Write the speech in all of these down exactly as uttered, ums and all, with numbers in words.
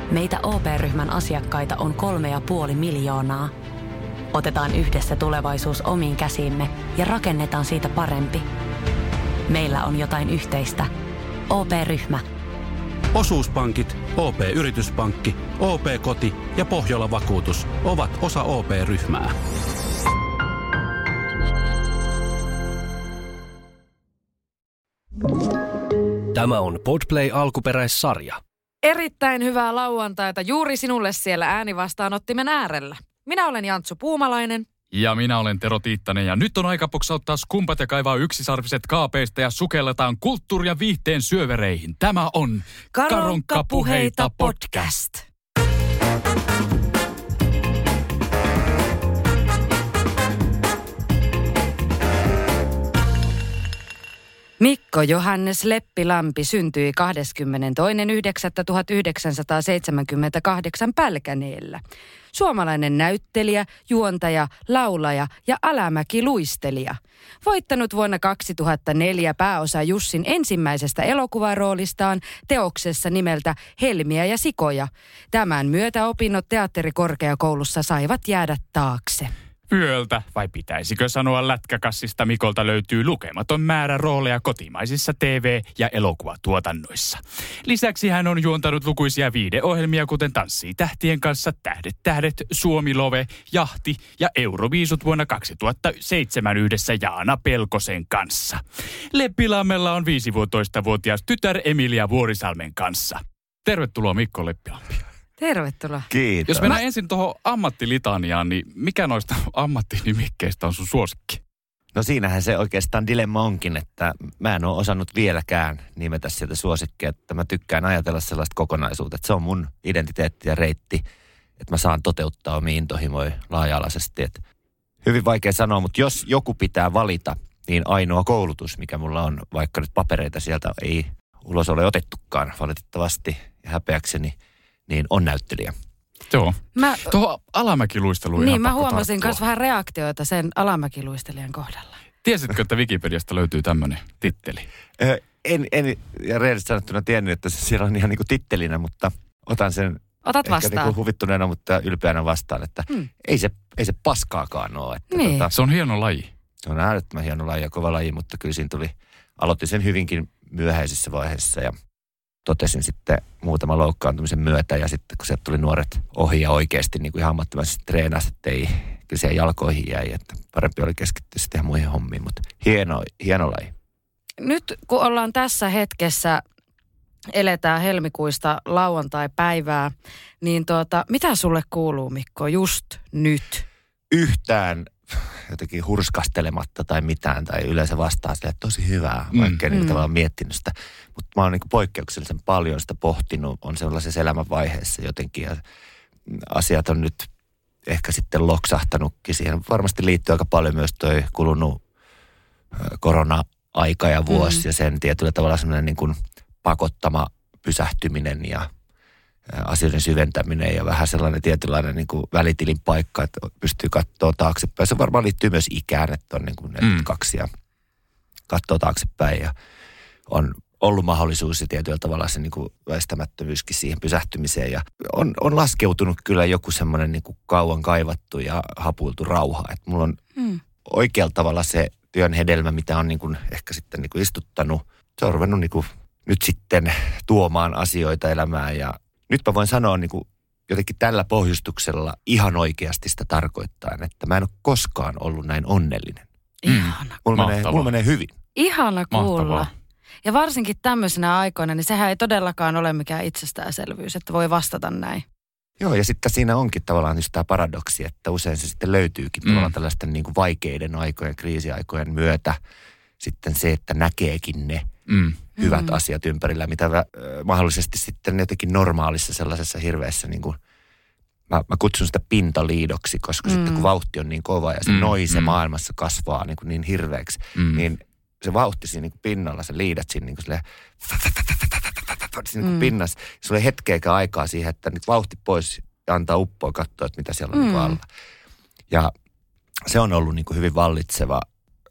Meitä O P-ryhmän asiakkaita on kolme ja puoli miljoonaa. Otetaan yhdessä tulevaisuus omiin käsiimme ja rakennetaan siitä parempi. Meillä on jotain yhteistä. O P-ryhmä. Osuuspankit, O P-yrityspankki, O P-koti ja Pohjola-vakuutus ovat osa O P-ryhmää. Tämä on Podplay alkuperäissarja. Erittäin hyvää lauantaita juuri sinulle siellä äänivastaanottimen äärellä. Minä olen Jantsu Puumalainen. Ja minä olen Tero Tiittanen ja nyt on aika poksauttaa skumpat ja kaivaa yksisarviset kaapeista ja sukelletaan kulttuuri- ja viihteen syövereihin. Tämä on Karonkkapuheita podcast. Mikko Johannes Leppilampi syntyi kahdeskymmenestoinen yhdeksättä tuhatyhdeksänsataaseitsemänkymmentäkahdeksan Pälkäneellä. Suomalainen näyttelijä, juontaja, laulaja ja alamäkiluistelija. Voittanut vuonna kaksituhattaneljä pääosa Jussin ensimmäisestä elokuvaroolistaan teoksessa nimeltä Helmiä ja sikoja. Tämän myötä opinnot teatterikorkeakoulussa saivat jäädä taakse. Yöltä, vai pitäisikö sanoa lätkäkassista, Mikolta löytyy lukematon määrä rooleja kotimaisissa T V- ja elokuvatuotannoissa. Lisäksi hän on juontanut lukuisia viihdeohjelmia, kuten Tanssii tähtien kanssa, Tähdet, tähdet, Suomi Love, Jahti ja Euroviisut vuonna kaksituhattaseitsemän yhdessä Jaana Pelkosen kanssa. Leppilammella on viisivuotoistavuotias tytär Emilia Vuorisalmen kanssa. Tervetuloa Mikko Leppilampi. Tervetuloa. Kiitos. Jos mennään Mä... ensin tuohon ammattilitaniaan, niin mikä noista ammattinimikkeistä on sun suosikki? No siinähän se oikeastaan dilemma onkin, että mä en ole osannut vieläkään nimetä sieltä suosikkia, että mä tykkään ajatella sellaista kokonaisuutta, että se on mun identiteetti ja reitti, että mä saan toteuttaa omia intohimoja laaja-alaisesti. Että hyvin vaikea sanoa, mutta jos joku pitää valita, niin ainoa koulutus, mikä mulla on, vaikka nyt papereita sieltä ei ulos ole otettukaan valitettavasti ja häpeäkseni, niin on näyttelijä. Joo. Mä, Tuohon alamäkiluisteluun niin, ihan mä pakko huomasin tarttua. myös vähän reaktioita sen alamäkiluistelijan kohdalla. Tiesitkö, että Wikipediasta löytyy tämmöinen titteli? Ö, en, en, ja reellisesti sanottuna tiennyt, että se siellä on ihan niin kuin tittelinä, mutta otan sen Otat ehkä vastaan. niin kuin huvittuneena, mutta ylpeänä vastaan, että hmm. ei, se, ei se paskaakaan ole. Että niin. tota, Se on hieno laji. se on äärettömän hieno laji ja kova laji, mutta kyllä siinä tuli, aloitin sen hyvinkin myöhäisessä vaiheessa ja totesin sitten muutaman loukkaantumisen myötä ja sitten kun sieltä tuli nuoret ohi ja oikeasti niin kuin ihan ammattimaisesti treenasi, että ei, kyllä siellä jalkoihin jäi, että parempi oli keskittyä sitten ihan muihin hommiin, mutta hieno, hieno laji. Nyt kun ollaan tässä hetkessä, eletään helmikuista lauantai-päivää, niin tuota, mitä sulle kuuluu, Mikko, just nyt? Yhtään jotenkin hurskastelematta tai mitään, tai yleensä vastaa sille, että tosi hyvää, vaikka en mm. niin tavallaan miettinyt sitä. Mutta mä oon niin poikkeuksellisen paljon sitä pohtinut, on sellaisessa elämänvaiheessa jotenkin, ja asiat on nyt ehkä sitten loksahtanutkin. Siihen varmasti liittyy aika paljon myös toi kulunut korona-aika ja vuosi, mm. ja sen tietyllä tavalla semmoinen niin kuin pakottama pysähtyminen ja asioiden syventäminen ja vähän sellainen tietynlainen niin kuin välitilin paikka, että pystyy katsoa taaksepäin. Se varmaan liittyy myös ikään, että on niin kuin mm. kaksi ja katsoo taaksepäin ja on ollut mahdollisuus ja tietyllä tavalla se niin kuin väistämättömyyskin siihen pysähtymiseen. Ja on, on laskeutunut kyllä joku semmoinen niin kuin kauan kaivattu ja hapuiltu rauha. Että mulla on mm. oikealla tavalla se työn hedelmä, mitä on niin kuin ehkä sitten niin kuin istuttanut. Se on ruvennut niin kuin nyt sitten tuomaan asioita elämään ja nyt mä voin sanoa niin kuin jotenkin tällä pohjustuksella ihan oikeasti sitä tarkoittain, että mä en ole koskaan ollut näin onnellinen. Ihana. Mulla menee, mulla menee hyvin. Ihana kuulla. Mahtavaa. Ja varsinkin tämmöisenä aikoina, niin sehän ei todellakaan ole mikään itsestäänselvyys, että voi vastata näin. Joo, ja sitten siinä onkin tavallaan just tämä paradoksi, että usein se sitten löytyykin mm. tavallaan tällaisten niin kuin vaikeiden aikojen, kriisiaikojen myötä sitten se, että näkeekin ne mm. hyvät mm. asiat ympärillä, mitä äh, mahdollisesti sitten jotenkin normaalissa sellaisessa hirveässä, niin kuin, mä, mä kutsun sitä pintaliidoksi, koska mm. sitten kun vauhti on niin kova ja se mm. noise mm. maailmassa kasvaa niin, kuin niin hirveäksi, mm. niin se vauhti siinä niin kuin pinnalla, sä liidät siinä niin kuin silleen, siinä niin kuin pinnassa. Sulla ei hetkeäkään aikaa siihen, että nyt vauhti pois ja antaa uppoa katsoa, että mitä siellä on mm. niin kuin alla. Ja se on ollut niin kuin hyvin vallitseva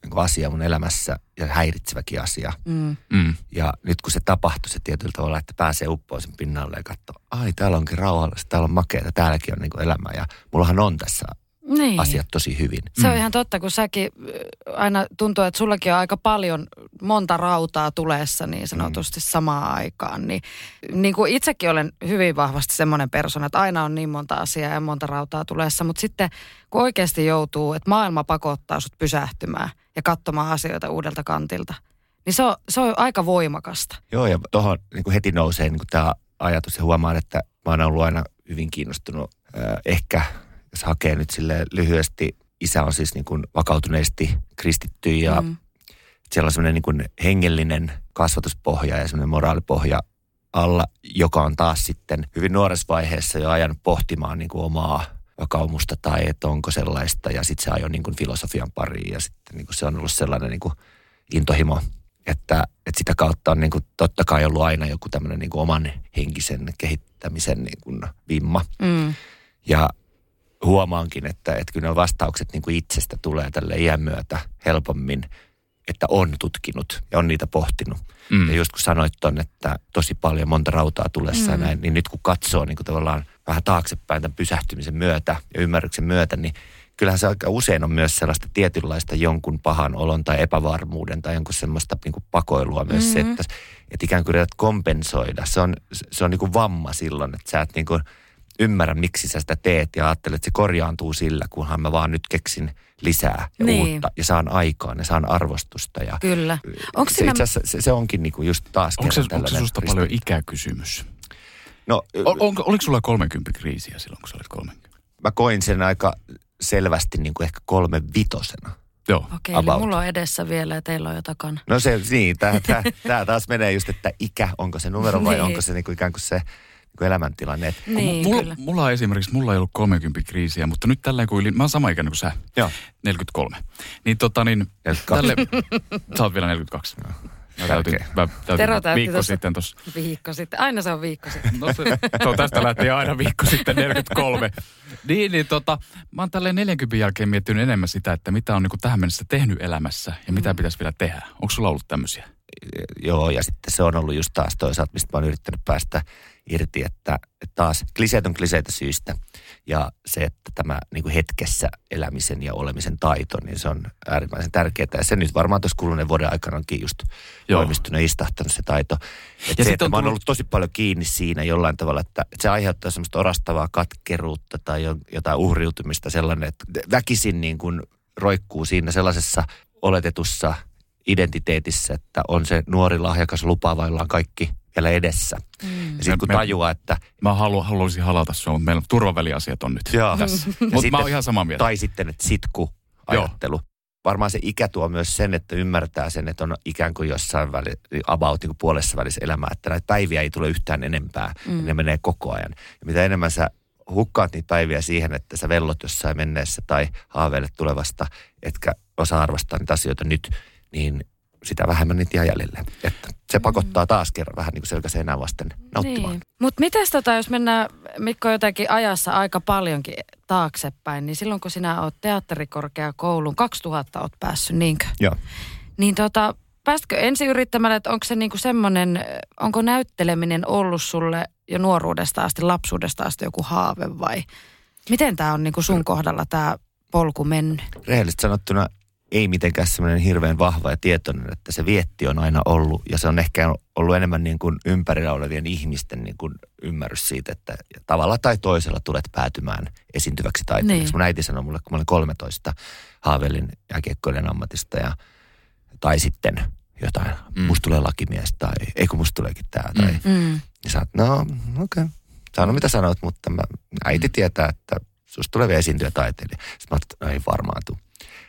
niin kuin asia mun elämässä ja häiritseväkin asia. Mm. Mm. Ja nyt kun se tapahtui se tietyllä tavalla, että pääsee uppoon sen pinnalle ja katsoo, ai täällä onkin rauhallista, täällä on makeata, täälläkin on niin kuin elämää ja mullahan on tässä Niin. asiat tosi hyvin. Se on ihan totta, kun säkin aina tuntuu, että sullakin on aika paljon monta rautaa tulessa niin sanotusti samaan aikaan. Niin, niin kuin itsekin olen hyvin vahvasti semmoinen persona, että aina on niin monta asiaa ja monta rautaa tulessa. Mutta sitten kun oikeasti joutuu, että maailma pakottaa sut pysähtymään ja katsomaan asioita uudelta kantilta, niin se on, se on aika voimakasta. Joo, ja tuohon niin heti nousee niin tämä ajatus ja huomaan, että mä oon ollut aina hyvin kiinnostunut äh, ehkä... Jos hakee nyt silleen lyhyesti, isä on siis niin kuin vakautuneesti kristitty ja mm. siellä on semmoinen niin kuin hengellinen kasvatuspohja ja semmoinen moraalipohja alla, joka on taas sitten hyvin nuoressa vaiheessa jo ajanut pohtimaan niin kuin omaa vakaumusta tai että onko sellaista. Ja sitten se ajoi niin kuin filosofian pariin ja sitten niin kuin se on ollut sellainen niin kuin intohimo, että, että sitä kautta on niin kuin totta kai ollut aina joku tämmöinen niin kuin oman henkisen kehittämisen niin kuin vimma. Mm. Ja huomaankin, että, että kyllä ne vastaukset niin kuin itsestä tulee tälle iän myötä helpommin, että on tutkinut ja on niitä pohtinut. Mm. Ja just kun sanoit ton, että tosi paljon monta rautaa tulessa mm. näin, niin nyt kun katsoo niin kuin tavallaan vähän taaksepäin tämän pysähtymisen myötä ja ymmärryksen myötä, niin kyllähän se aika usein on myös sellaista tietynlaista jonkun pahan olon tai epävarmuuden tai jonkun semmoista niin kuin pakoilua myös mm-hmm. se, että, että ikään kuin yrität kompensoida. Se on, se on niin kuin vamma silloin, että sä et niin kuin ymmärrä, miksi sä sitä teet ja ajattelet, että se korjaantuu sillä, kunhan mä vaan nyt keksin lisää ja niin. uutta ja saan aikaan ja saan arvostusta. Ja kyllä. Onko se, siinä... itse asiassa, se, se onkin niinku just taas onko se, kerran onko se susta paljon ikäkysymys? No, on, onko, oliko sulla kolmekymmentä kriisiä silloin, kun sä olit kolmekymmentä? Mä koin sen aika selvästi niin kuin ehkä kolme vitosena. Joo. Okei, okay, eli mulla on edessä vielä ja teillä on jo takana. No se, niin, tämä taas menee just, että ikä, onko se numero vai niin. onko se niinku ikään kuin se elämäntilanne. Niin, mulla, kyllä. mulla on esimerkiksi, mulla ei ollut kolmekymmentä kriisiä, mutta nyt tällä kun yli, mä oon sama ikäinen kuin sä, Joo. neljäkymmentäkolme. Niin tota niin, neljäkymmentäkaksi. Tälle, sä oot vielä neljäkymmentäkaksi. No. Mä täytin, mä täytin viikko sitten tossa. Viikko sitten, aina se on viikko sitten. No se, se on tästä lähtien aina viikko sitten neljäkymmentäkolme. Niin, niin tota, mä oon tälleen neljänkymmenen jälkeen miettinyt enemmän sitä, että mitä on niinku tähän mennessä tehnyt elämässä ja mitä mm. pitäisi vielä tehdä. Onko sulla ollut tämmöisiä? Joo, ja sitten se on ollut just taas toisaalta, mistä mä oon yrittänyt päästä irti, että, että taas kliseet on kliseitä syistä. Ja se, että tämä niin kuin hetkessä elämisen ja olemisen taito, niin se on äärimmäisen tärkeää. Ja se nyt varmaan tuossa kuluneen vuoden aikana onkin just Joo. voimistunut ja istahtanut se taito. Että se, että on mä oon tullut... ollut tosi paljon kiinni siinä jollain tavalla, että, että se aiheuttaa semmoista orastavaa katkeruutta tai jotain uhriutumista sellainen, että väkisin niin kuin roikkuu siinä sellaisessa oletetussa identiteetissä, että on se nuori lahjakas lupaava, jolla on kaikki vielä edessä. Mm. Ja sitten kun tajuaa, että... Mä halu, haluaisin halata sun, mutta meillä turvaväliasiat on nyt Joo. tässä. Mutta mä oon ihan samaa mieltä. Tai sitten, että sitku-ajattelu. Joo. Varmaan se ikä tuo myös sen, että ymmärtää sen, että on ikään kuin jossain väli, about niin kuin puolessa välissä elämää, että näitä päiviä ei tule yhtään enempää. Mm. Ne menee koko ajan. Ja mitä enemmän sä hukkaat niitä päiviä siihen, että sä vellot jossain menneessä tai haaveilet tulevasta, etkä osaa arvostaa niitä asioita nyt, niin sitä vähemmän niitä jää jäljelle. Että se pakottaa taas kerran vähän niin kuin selkäseinää vasten nauttimaan. Niin. Mutta mites tota, jos mennään Mikko jotenkin ajassa aika paljonkin taaksepäin, niin silloin kun sinä oot teatterikorkeakoulun, kaksituhatta oot päässyt, niinkö? Joo. Niin tota, päästkö ensin yrittämällä, että onko se niinku semmoinen, onko näytteleminen ollut sulle jo nuoruudesta asti, lapsuudesta asti joku haave vai miten tämä on niinku sun kohdalla tämä polku mennyt? Rehellisesti sanottuna ei mitenkään semmoinen hirveän vahva ja tietoinen, että se vietti on aina ollut. Ja se on ehkä ollut enemmän niin kuin ympärillä olevien ihmisten niin kuin ymmärrys siitä, että tavalla tai toisella tulet päätymään esiintyväksi taiteilijaksi. Niin. Mun äiti sanoi mulle, kun mä olin kolmetoista, haaveilin jääkiekkoilijan ammatista ja, tai sitten jotain, mm. musta tulee lakimies tai ei kun musta tuleekin tää. Tai, mm. Ja sä oot, no okei, okay. Sano mitä sanot, mutta mä, äiti mm. tietää, että susta tulee vielä esiintyjä taiteilija. Sitten mä oot, no ei varmaan tule.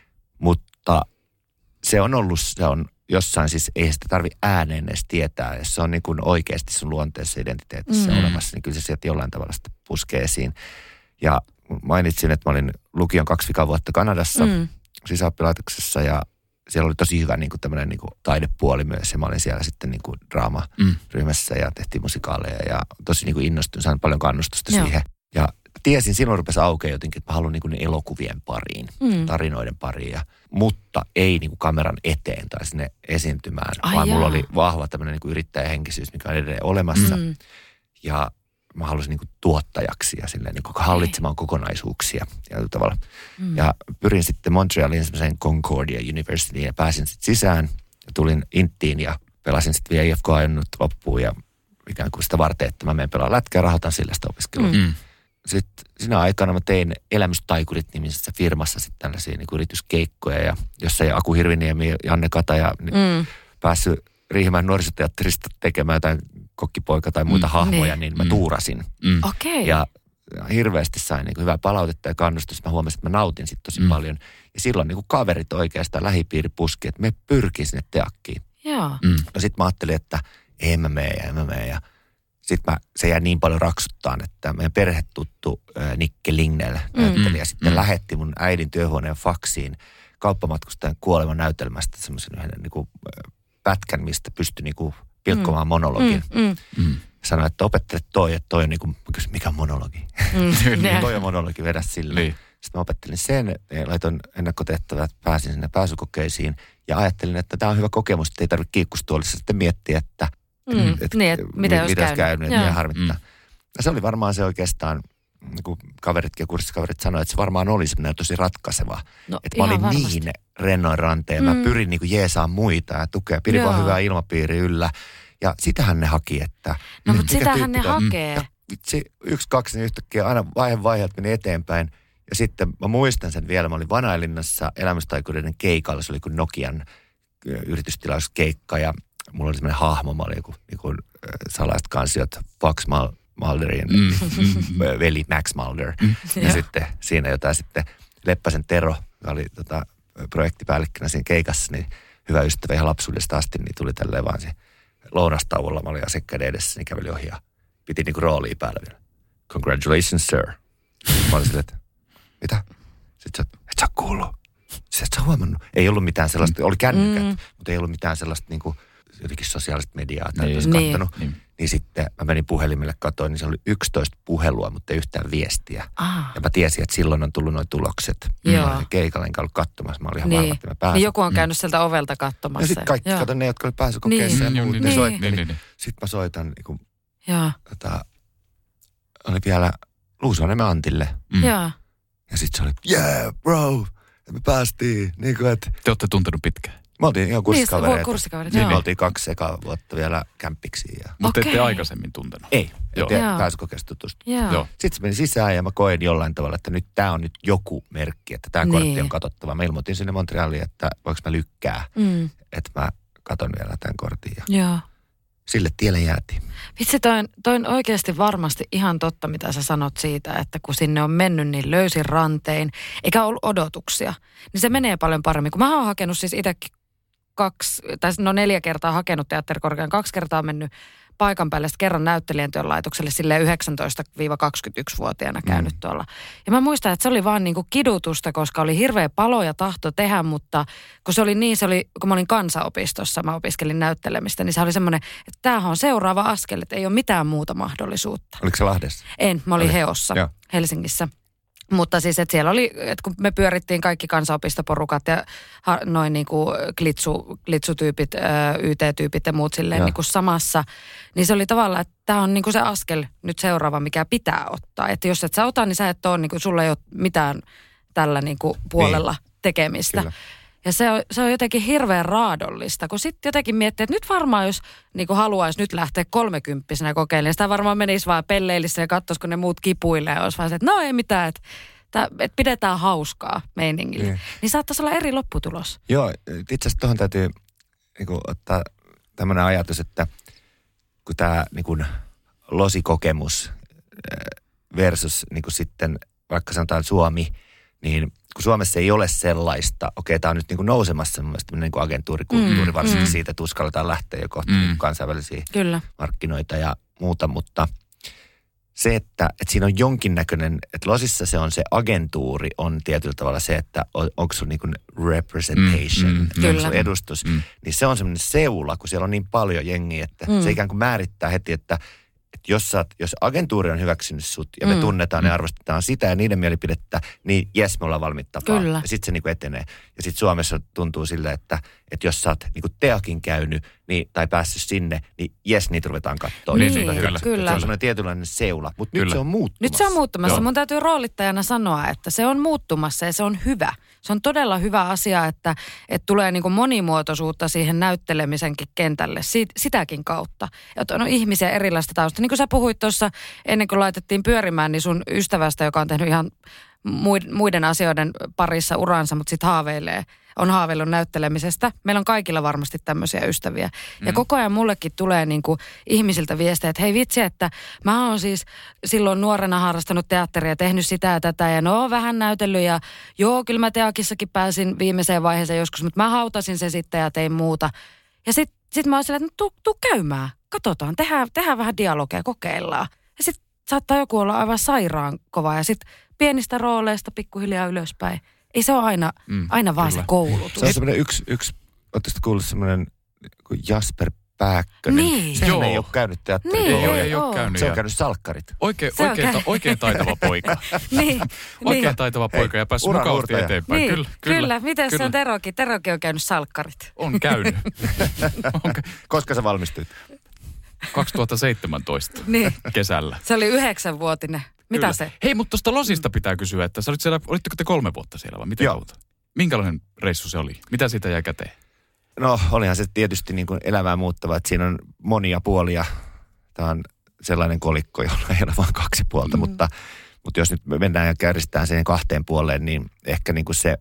Mutta se on ollut, se on jossain siis, ei sitä tarvitse ääneen edes tietää. Jos se on niin kuin oikeasti sun luonteessa identiteetissä mm. olemassa, niin kyllä se sieltä jollain tavalla sitä puskee esiin. Ja mainitsin, että mä olin lukion kaksi vikaa vuotta Kanadassa mm. sisäoppilaitoksessa ja siellä oli tosi hyvä niin kuin tämmöinen niin kuin taidepuoli myös. Ja mä olin siellä sitten niin kuin draamaryhmässä ja tehtiin musikaaleja ja tosi niin kuin innostuin, sain paljon kannustusta Joo. siihen. Ja tiesin, silloin rupesi aukeaa jotenkin, että mä haluan niin elokuvien pariin, mm. tarinoiden pariin, ja, mutta ei niin kuin kameran eteen tai sinne esiintymään, Ai vaan jaa. mulla oli vahva tämmöinen niin kuin yrittäjähenkisyys, mikä on edelleen olemassa. Mm. Ja mä halusin niin kuin tuottajaksi ja silleen niin kuin hallitsemaan kokonaisuuksia ja tavalla. Mm. Ja pyrin sitten Montrealin semmoiseen Concordia Universityin ja pääsin sitten sisään ja tulin Inttiin ja pelasin sitten vielä I F K nyt loppuun ja ikään kuin sitä varten, että mä menen pelaa lätkää ja rahoitan sillä sitä opiskelua. Mm. Sitten siinä aikana mä tein Elämystaikurit-nimisessä firmassa sitten tällaisia niin kuin yrityskeikkoja ja jossain Aku Hirviniemi ja Janne Kataja niin mm. päässyt Riihimäen nuorisoteatterista tekemään jotain kokkipoika tai muita mm, hahmoja, niin, niin mä mm. tuurasin. Mm. Okay. Ja hirveästi sain niin kuin hyvää palautetta ja kannustusta. Mä huomasin, että mä nautin sit tosi mm. paljon. Ja silloin niin kuin kaverit oikeastaan lähipiiri puski, että me pyrkii sinne teakkiin. Joo. Mm. No sit mä ajattelin, että en mä mene ja en mä mene. Ja sit mä, se jäi niin paljon raksuttaan, että meidän perhetuttu äh, Nikke Lignell näyttelijä mm. sitten mm. lähetti mun äidin työhuoneen faksiin kauppamatkustajan kuoleman näytelmästä semmoisen yhden niin kuin, pätkän, mistä pystyi niin kuin pilkkomaan mm. monologin. Mm, mm. Mm. Sanoin, että opettele toi, että toi on niin kuin, mikä monologi? Mm. niin toi on monologi, vedä sillä. Niin. Sitten mä opettelin sen, ja laitoin ennakkotehtavät, pääsin sinne pääsykokeisiin, ja ajattelin, että tämä on hyvä kokemus, että ei tarvitse kiikkustuolissa sitten miettiä, että mm. et, niin, et, mitä olisi käynyt. käynyt että harmittaa. Mm. Ja se oli varmaan se oikeastaan, niin kuin kaveritkin ja kurssikaverit sanoivat, että se varmaan oli semmoinen tosi ratkaiseva. No, että mä olin varmasti. niin rennoin ranteen, mm. mä pyrin niin kuin jeesaan muita ja tukea, pidin vaan hyvää ilmapiiri yllä. Ja sitähän ne haki, että... No, mutta sitähän ne hakee. Ja vitsi, yksi, kaksi, niin yhtäkkiä aina vaihe vaiheet meni eteenpäin. Ja sitten mä muistan sen vielä, mä olin Vanailinnassa Elämystaikureiden keikalla, se oli kuin Nokian yritystilausskeikka. Ja mulla oli semmoinen hahmo, mä olin joku niin kuin, salaiset kansiot, Fox Mulderin mm. veli Max Mulder. Mm. Ja, ja sitten siinä jotain sitten Leppäsen Tero, joka oli tota, projektipäällikkönä siinä keikassa, niin hyvä ystävä ihan lapsuudesta asti, niin tuli tälleen vaan se lounastauolla. Mä olin asiakkaiden edessä, niin käveli ohi ja piti niinku roolia päällä vielä. Congratulations, sir. Mä olin silleen, että mitä? Sitten sä, et sä kuullut. Sä et sä huomannut. Ei ollut mitään sellaista, oli kännykät, mm. mutta ei ollut mitään sellaista niinku jotenkin sosiaalista mediaa tai niin. kattonut. Niin. Niin sitten mä menin puhelimelle, katoin, niin se oli yksitoista puhelua, mutta ei yhtään viestiä. Ah. Ja mä tiesin, että silloin on tullut nuo tulokset. Joo. Mä olin keikalla, enkä ollut katsomassa. Mä olin ihan niin. varma, että mä pääsin. Niin joku on käynyt mm. sieltä ovelta katsomassa. Ja sitten kaikki, kato ne, jotka oli pääsykokeissa niin. ja muut, niin. ne soitteli. Niin, niin, niin. Sitten mä soitan, niin kuin, tota, oli vielä Luusuaniemen Antille. Mm. Ja, ja sitten se oli, yeah, bro, me päästiin. Niin kuin, että... Te olette tuntenut pitkään. Me oltiin ihan kurssikavereita. Niin, kurssikavereita, niin, me oltiin kaksi ekaa vuotta vielä kämpiksiin. Ja... Mutta okay. ette aikaisemmin tuntenut? Ei, ette pääsykokeessa tutustunut. Sitten se meni sisään ja mä koen jollain tavalla, että nyt tää on nyt joku merkki, että tää kortti niin. on katsottava. Mä ilmoitin sinne Montrealiin, että voiko mä lykkää, mm. että mä katon vielä tämän kortin. Ja Joo. sille tielle jäätiin. Vitsi, toi on, toi on oikeasti varmasti ihan totta, mitä sä sanot siitä, että kun sinne on mennyt niin löysin rantein, eikä ollut odotuksia, niin se menee paljon paremmin. Kun mä oon hakenut siis itsekin kaksi, tai no neljä kertaa hakenut teatterikorkean, kaksi kertaa mennyt paikan päälle, sitten kerran näyttelijän työn laitokselle silleen yhdeksäntoista kaksikymmentäyksi-vuotiaana käynyt mm. tuolla. Ja mä muistan, että se oli vaan niinku kidutusta, koska oli hirveä palo ja tahto tehdä, mutta kun se oli niin, se oli, kun mä olin kansanopistossa, mä opiskelin näyttelemistä, niin se oli semmoinen, että tämähän on seuraava askel, että ei ole mitään muuta mahdollisuutta. Oliko se Lahdessa? En, mä olin oli. Heossa, Joo. Helsingissä. Mutta siis, että siellä oli, että kun me pyörittiin kaikki kansanopistoporukat ja noin niin kuin glitsu, glitsutyypit, Y T-tyypit ja muut silleen niin kuin samassa, niin se oli tavallaan, että tämä on niin kuin se askel nyt seuraava, mikä pitää ottaa. Että jos et sä ota, niin sä et ole, niin kuin, sulla ei ole mitään tällä niin kuin puolella niin. tekemistä. Kyllä. Ja se on, se on jotenkin hirveän raadollista, kun sitten jotenkin miettii, että nyt varmaan jos niin kuin haluaisi nyt lähteä kolmekymppisenä kokeilemaan, sitä varmaan menisi vaan pelleilissä ja katsoisi, kun ne muut kipuilee ja olisi vaan se, että no ei mitään, että, että pidetään hauskaa meiningillä. Niin, niin saattaisi olla eri lopputulos. Joo, itse asiassa tuohon täytyy niin kuin, ottaa tämmöinen ajatus, että kun tämä niin kuin losikokemus versus niin kuin sitten vaikka sanotaan Suomi, niin kun Suomessa ei ole sellaista, okei, tämä on nyt niin kuin nousemassa mun mielestä niin kuin agentuurikulttuuri, mm, varsinkin mm. siitä, että uskalletaan lähteä jo kohti mm. kansainvälisiä Kyllä. markkinoita ja muuta, mutta se, että, että siinä on jonkinnäköinen, että Losissa se on se agentuuri, on tietyllä tavalla se, että on, onko sun niin kuin representation, mm, mm, onko sun edustus, mm. niin se on semmoinen seula, kun siellä on niin paljon jengiä, että mm. se ikään kuin määrittää heti, että että jos, saat, jos agentuuri on hyväksynyt sut ja me Mm. tunnetaan ja arvostetaan sitä ja niiden mielipidettä, niin jes, me ollaan valmiit tapaan. Kyllä. Ja sitten se niinku etenee. Ja sitten Suomessa tuntuu silleen, että, että jos sä oot niinku teakin käynyt niin, tai päässyt sinne, niin jes, niitä ruvetaan katsoa. Niin, Niitä kyllä, hyväksytään. kyllä. Se on semmoinen tietynlainen seula, mutta nyt Kyllä. se on muuttumassa. Nyt se on muuttumassa. Joo. Mun täytyy roolittajana sanoa, että se on muuttumassa ja se on hyvä. Se on todella hyvä asia, että, että tulee niin kuin monimuotoisuutta siihen näyttelemisenkin kentälle Siit, sitäkin kautta. Että on ihmisiä erilaista tausta. Niin kuin sä puhuit tuossa ennen kuin laitettiin pyörimään, niin sun ystävästä, joka on tehnyt ihan muiden asioiden parissa uransa, mutta sitten haaveilee, on haaveillut näyttelemisestä. Meillä on kaikilla varmasti tämmöisiä ystäviä. Mm. Ja koko ajan mullekin tulee niin kuin ihmisiltä viestejä, että hei vitsi, että mä oon siis silloin nuorena harrastanut teatteria, tehnyt sitä ja tätä ja no vähän näytellyt ja joo, kyllä mä teakissakin pääsin viimeiseen vaiheeseen joskus, mutta mä hautasin sen sitten ja tein muuta. Ja sitten sit mä oon silleen, että no, tuu, tuu käymään, katsotaan, tehdään, tehdään vähän dialogia, kokeillaan. Ja sitten saattaa joku olla aivan sairaan kova ja sitten pienistä rooleista pikkuhiljaa ylöspäin. Ei se ole aina, mm, aina vaan kyllä. se koulutus. Se on semmoinen yksi, yksi ootteko kuullut semmoinen kuin Jasper Pääkkönen? Niin. Sehän Joo. ei ole käynyt teatteria. Niin, Ei, ei ei, ei ole oo. käynyt. Se on ja käynyt salkkarit. Oikein, Se on oikein, ta, käynyt. oikein taitava poika. niin, Oikein niin. taitava poika ja päässyt uran mukavasti uurtaja. eteenpäin. Niin, Kyllä, kyllä. kyllä. Miten se kyllä. on Terokin? Terokin on käynyt salkkarit. On käynyt. Koska sä valmistuit? kaksituhattaseitsemäntoista Niin. kesällä. Se oli yhdeksänvuotinen. Mitä Kyllä. se? Hei, mutta tuosta Losista pitää kysyä, että sä olit siellä, olitteko te kolme vuotta siellä vai miten Joo. kauta? Minkälainen reissu se oli? Mitä siitä jäi käteen? No olihan se tietysti niin kuin elämää muuttava, että siinä on monia puolia. Tämä on sellainen kolikko, jolla ei ole vain kaksi puolta, mm. mutta, mutta jos nyt mennään ja kärjistetään sen kahteen puoleen, niin ehkä niin kuin se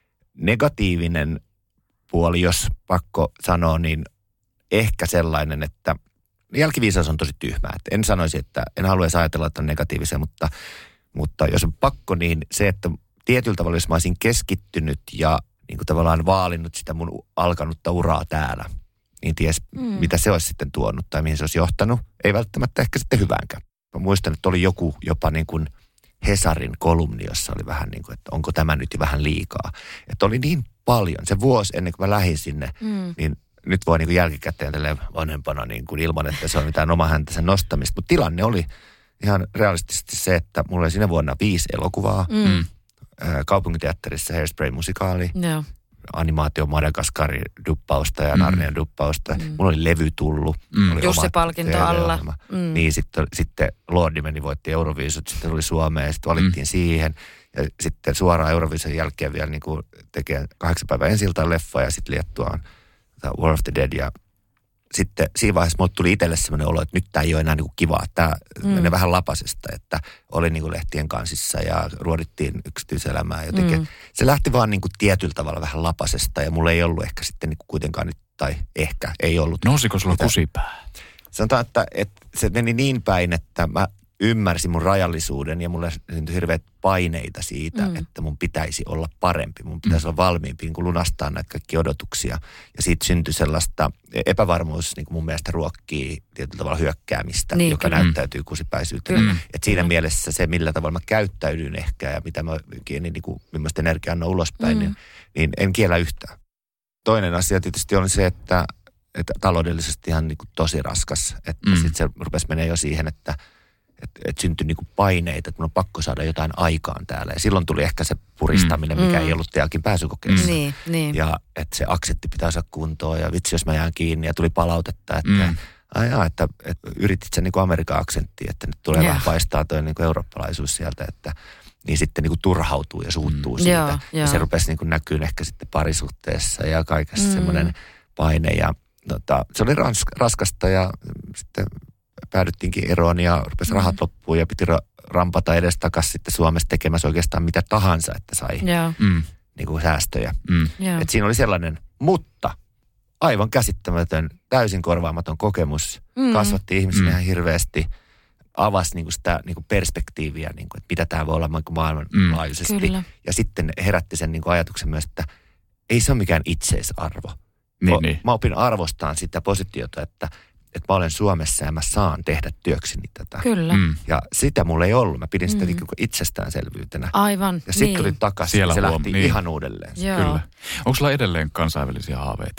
negatiivinen puoli, jos pakko sanoa, niin ehkä sellainen, että jälkiviisaus on tosi tyhmää. Että en sanoisi, että en halua edes ajatella, että on negatiivisia, mutta, mutta jos on pakko, niin se, että tietyllä tavalla, jos mä olisin keskittynyt ja niin kuin tavallaan vaalinnut sitä mun alkanutta uraa täällä, niin ties mm. mitä se olisi sitten tuonut tai mihin se olisi johtanut. Ei välttämättä ehkä sitten hyväänkään. Mä muistan, että oli joku jopa niin kuin Hesarin kolumni, jossa oli vähän niin kuin, että onko tämä nyt jo vähän liikaa. Että oli niin paljon. Se vuosi ennen kuin mä lähdin sinne, mm. niin nyt voi niin kuin jälkikäteen tälleen vanhempana niin kuin ilman, että se on mitään oma häntä sen nostamista. Mutta tilanne oli ihan realistisesti se, että mulla oli siinä vuonna viisi elokuvaa. Mm. Kaupunginteatterissa Hairspray-musikaali, Joo. animaatio Madagaskarin duppausta ja Mm. Narnian duppausta. Mm. Mulla oli levy tullut. Mm. Oli Jussi-palkinto oma alla. T V-ohjelma. Mm. Niin, sitten, sitten Lordimeni voitti Euroviisut, sitten tuli Suomeen ja sitten valittiin mm. siihen. Ja sitten suoraan Euroviisun jälkeen vielä niin kuin tekee kahdeksan päivän ensiltaan leffa ja sitten Liettuaan War of the Dead. Ja sitten siinä vaiheessa mulle tuli itselle sellainen olo, että nyt tämä ei ole enää niin kuin kivaa. Tämä mm. menee vähän lapasesta, että oli niin kuin lehtien kansissa ja ruodittiin yksityiselämää jotenkin. Mm. Se lähti vaan niin kuin tietyllä tavalla vähän lapasesta ja mulla ei ollut ehkä sitten niin kuin kuitenkaan nyt, tai ehkä ei ollut. Nousiko sulla mitä. kusipää? Sanotaan, että, että se meni niin päin, että mä ymmärsin mun rajallisuuden ja mulle syntyi hirveät paineita siitä, mm. että mun pitäisi olla parempi. Mun pitäisi mm. olla valmiimpi niin kuin lunastaa näitä kaikkia odotuksia. Ja siitä syntyi sellaista epävarmuus niin kuin mun mielestä ruokkii tietyllä tavalla hyökkäämistä, niin, joka kyllä. näyttäytyy kusipäisyytenä. Mm. Että siinä mm. mielessä se, millä tavalla mä käyttäydyn ehkä ja mitä mä niin, niin kuin, millaista energiaa annan ulospäin, mm. niin, niin en kiellä yhtään. Toinen asia tietysti on se, että, että taloudellisesti ihan niin kuin tosi raskas. Että mm. sitten se rupesi menee jo siihen, että Että et syntyi niinku paineita, että mun on pakko saada jotain aikaan täällä. Ja silloin tuli ehkä se puristaminen, mikä mm. ei ollut teakin pääsykokeessa. Niin, niin. Ja että se aksentti pitää saada kuntoon ja vitsi, jos mä jään kiinni. Ja tuli palautetta, että Mm. ajaa, että, että yritit sen niinku Amerikan aksenttiin, että nyt tulee Joo. vähän paistaa toi niinku eurooppalaisuus sieltä, että niin sitten niinku turhautuu ja suuttuu Mm. siitä. Joo, ja joo. se rupesi niinku näkyyn ehkä sitten parisuhteessa ja kaikessa Mm. semmoinen paine. Ja tota, se oli rans, raskasta ja sitten päädyttiinkin eroon ja rupesi mm. rahat loppuun ja piti ra- rampata edestakas sitten Suomessa tekemässä oikeastaan mitä tahansa, että sai Joo. Mm. niin kuin säästöjä. Mm. Joo. Et siinä oli sellainen, mutta aivan käsittämätön, täysin korvaamaton kokemus. Mm. Kasvatti ihmisiä Mm. ihan hirveästi, avasi niin kuin sitä niin kuin perspektiiviä, niin kuin, että mitä tämä voi olla niin kuin maailmanlaajuisesti. Kyllä. Ja sitten herätti sen niin kuin ajatuksen myös, että ei se ole mikään itseisarvo. Niin, mä, niin. mä opin arvostaan sitä positiota, että että mä olen Suomessa ja mä saan tehdä työkseni tätä. Kyllä. Mm. Ja sitä mulla ei ollut. Mä pidin sitä Mm. mm. itsestäänselvyytenä. Aivan, Ja sitten niin. tuli takaisin Siellä ja se huom- lähti niin. ihan uudelleen. Joo. Kyllä. Onko sulla edelleen kansainvälisiä haaveita?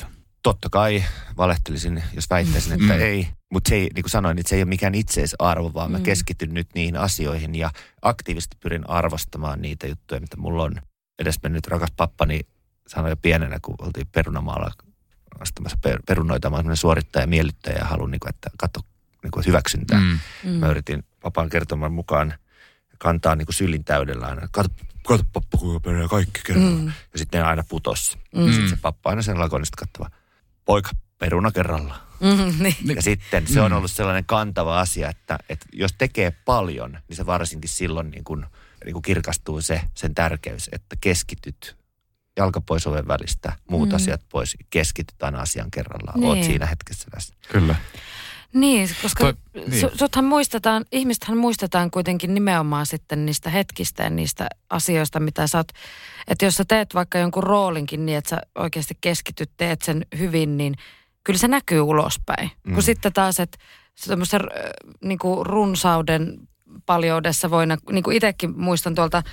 totta kai valehtelisin, jos väittäisin, että mm. ei. Mutta se ei, niin kuin sanoin, että se ei ole mikään itseisarvo, vaan mä mm. keskityn nyt niihin asioihin ja aktiivisesti pyrin arvostamaan niitä juttuja, mitä mulla on. Edesmennyt rakas pappani sanoi jo pienenä, kun oltiin Perunamaalla astamassa per, perunoita. Mä olen suorittaja ja miellyttäjä ja haluan, niin kuin, että katso niin kuin hyväksyntää. Mm. Mä yritin papan kertoman mukaan kantaa niin kuin syllin täydellä aina. Kato, kato pappa, kuinka menee kaikki kerralla. Mm. Ja sitten ne aina putosi. Mm. Ja sitten se pappa aina sen lakonista kattava. Poika, peruna kerralla. Mm, niin. Ja sitten se on ollut sellainen kantava asia, että, että jos tekee paljon, niin se varsinkin silloin niin kuin, niin kuin kirkastuu se, sen tärkeys, että keskityt jalka pois oven välistä, muut mm. asiat pois, keskityt aina asian kerrallaan. Niin. Oot siinä hetkessä läsnä. Kyllä. Niin, koska Toi, niin. suthan muistetaan, ihmistähän muistetaan kuitenkin nimenomaan sitten niistä hetkistä ja niistä asioista, mitä sä oot, että jos sä teet vaikka jonkun roolinkin niin, että sä oikeasti keskityt, teet sen hyvin, niin kyllä se näkyy ulospäin. Mm. Kun sitten taas, että semmoisen niin kuin runsauden paljoudessa voi, niin kuin itsekin muistan tuolta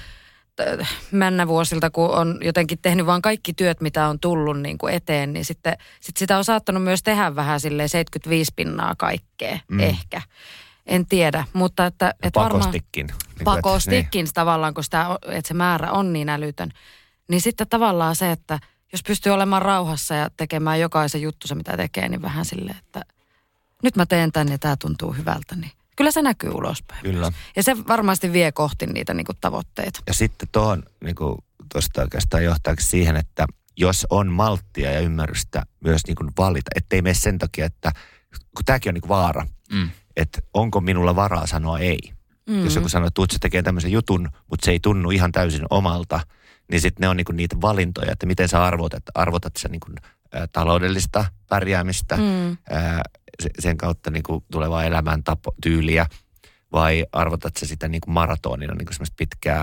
männävuosilta, kun on jotenkin tehnyt vaan kaikki työt, mitä on tullut niin kuin eteen, niin sitten sit sitä on saattanut myös tehdä vähän silleen seitsemänkymmentäviisi pinnaa kaikkea, mm. ehkä. En tiedä, mutta että... että pakostikin. Varmaan, pakostikin niin. Tavallaan, kun sitä, että se määrä on niin älytön. Niin sitten tavallaan se, että jos pystyy olemaan rauhassa ja tekemään jokaisen juttu, mitä tekee, niin vähän silleen, että nyt mä teen tän ja tää tuntuu hyvältä, niin kyllä se näkyy ulospäin. Kyllä. Ja se varmasti vie kohti niitä niin kuin tavoitteita. Ja sitten tuohon, niin kuin tuosta oikeastaan johtaakin siihen, että jos on malttia ja ymmärrystä myös niin kuin valita, ettei mene sen takia, että kun tämäkin on niin kuin vaara, mm. että onko minulla varaa sanoa ei. Mm. Jos joku sanoo, että tuut sä tekee tämmöisen jutun, mutta se ei tunnu ihan täysin omalta, niin sitten ne on niin kuin niitä valintoja, että miten sä arvotat. Arvotat sä niin kuin, ä, taloudellista pärjäämistä, mm. ä, sen kautta niin kuin tulevaa elämäntyyliä, vai arvotat sä sitä niin kuin maratonina, niin kuin semmoista pitkää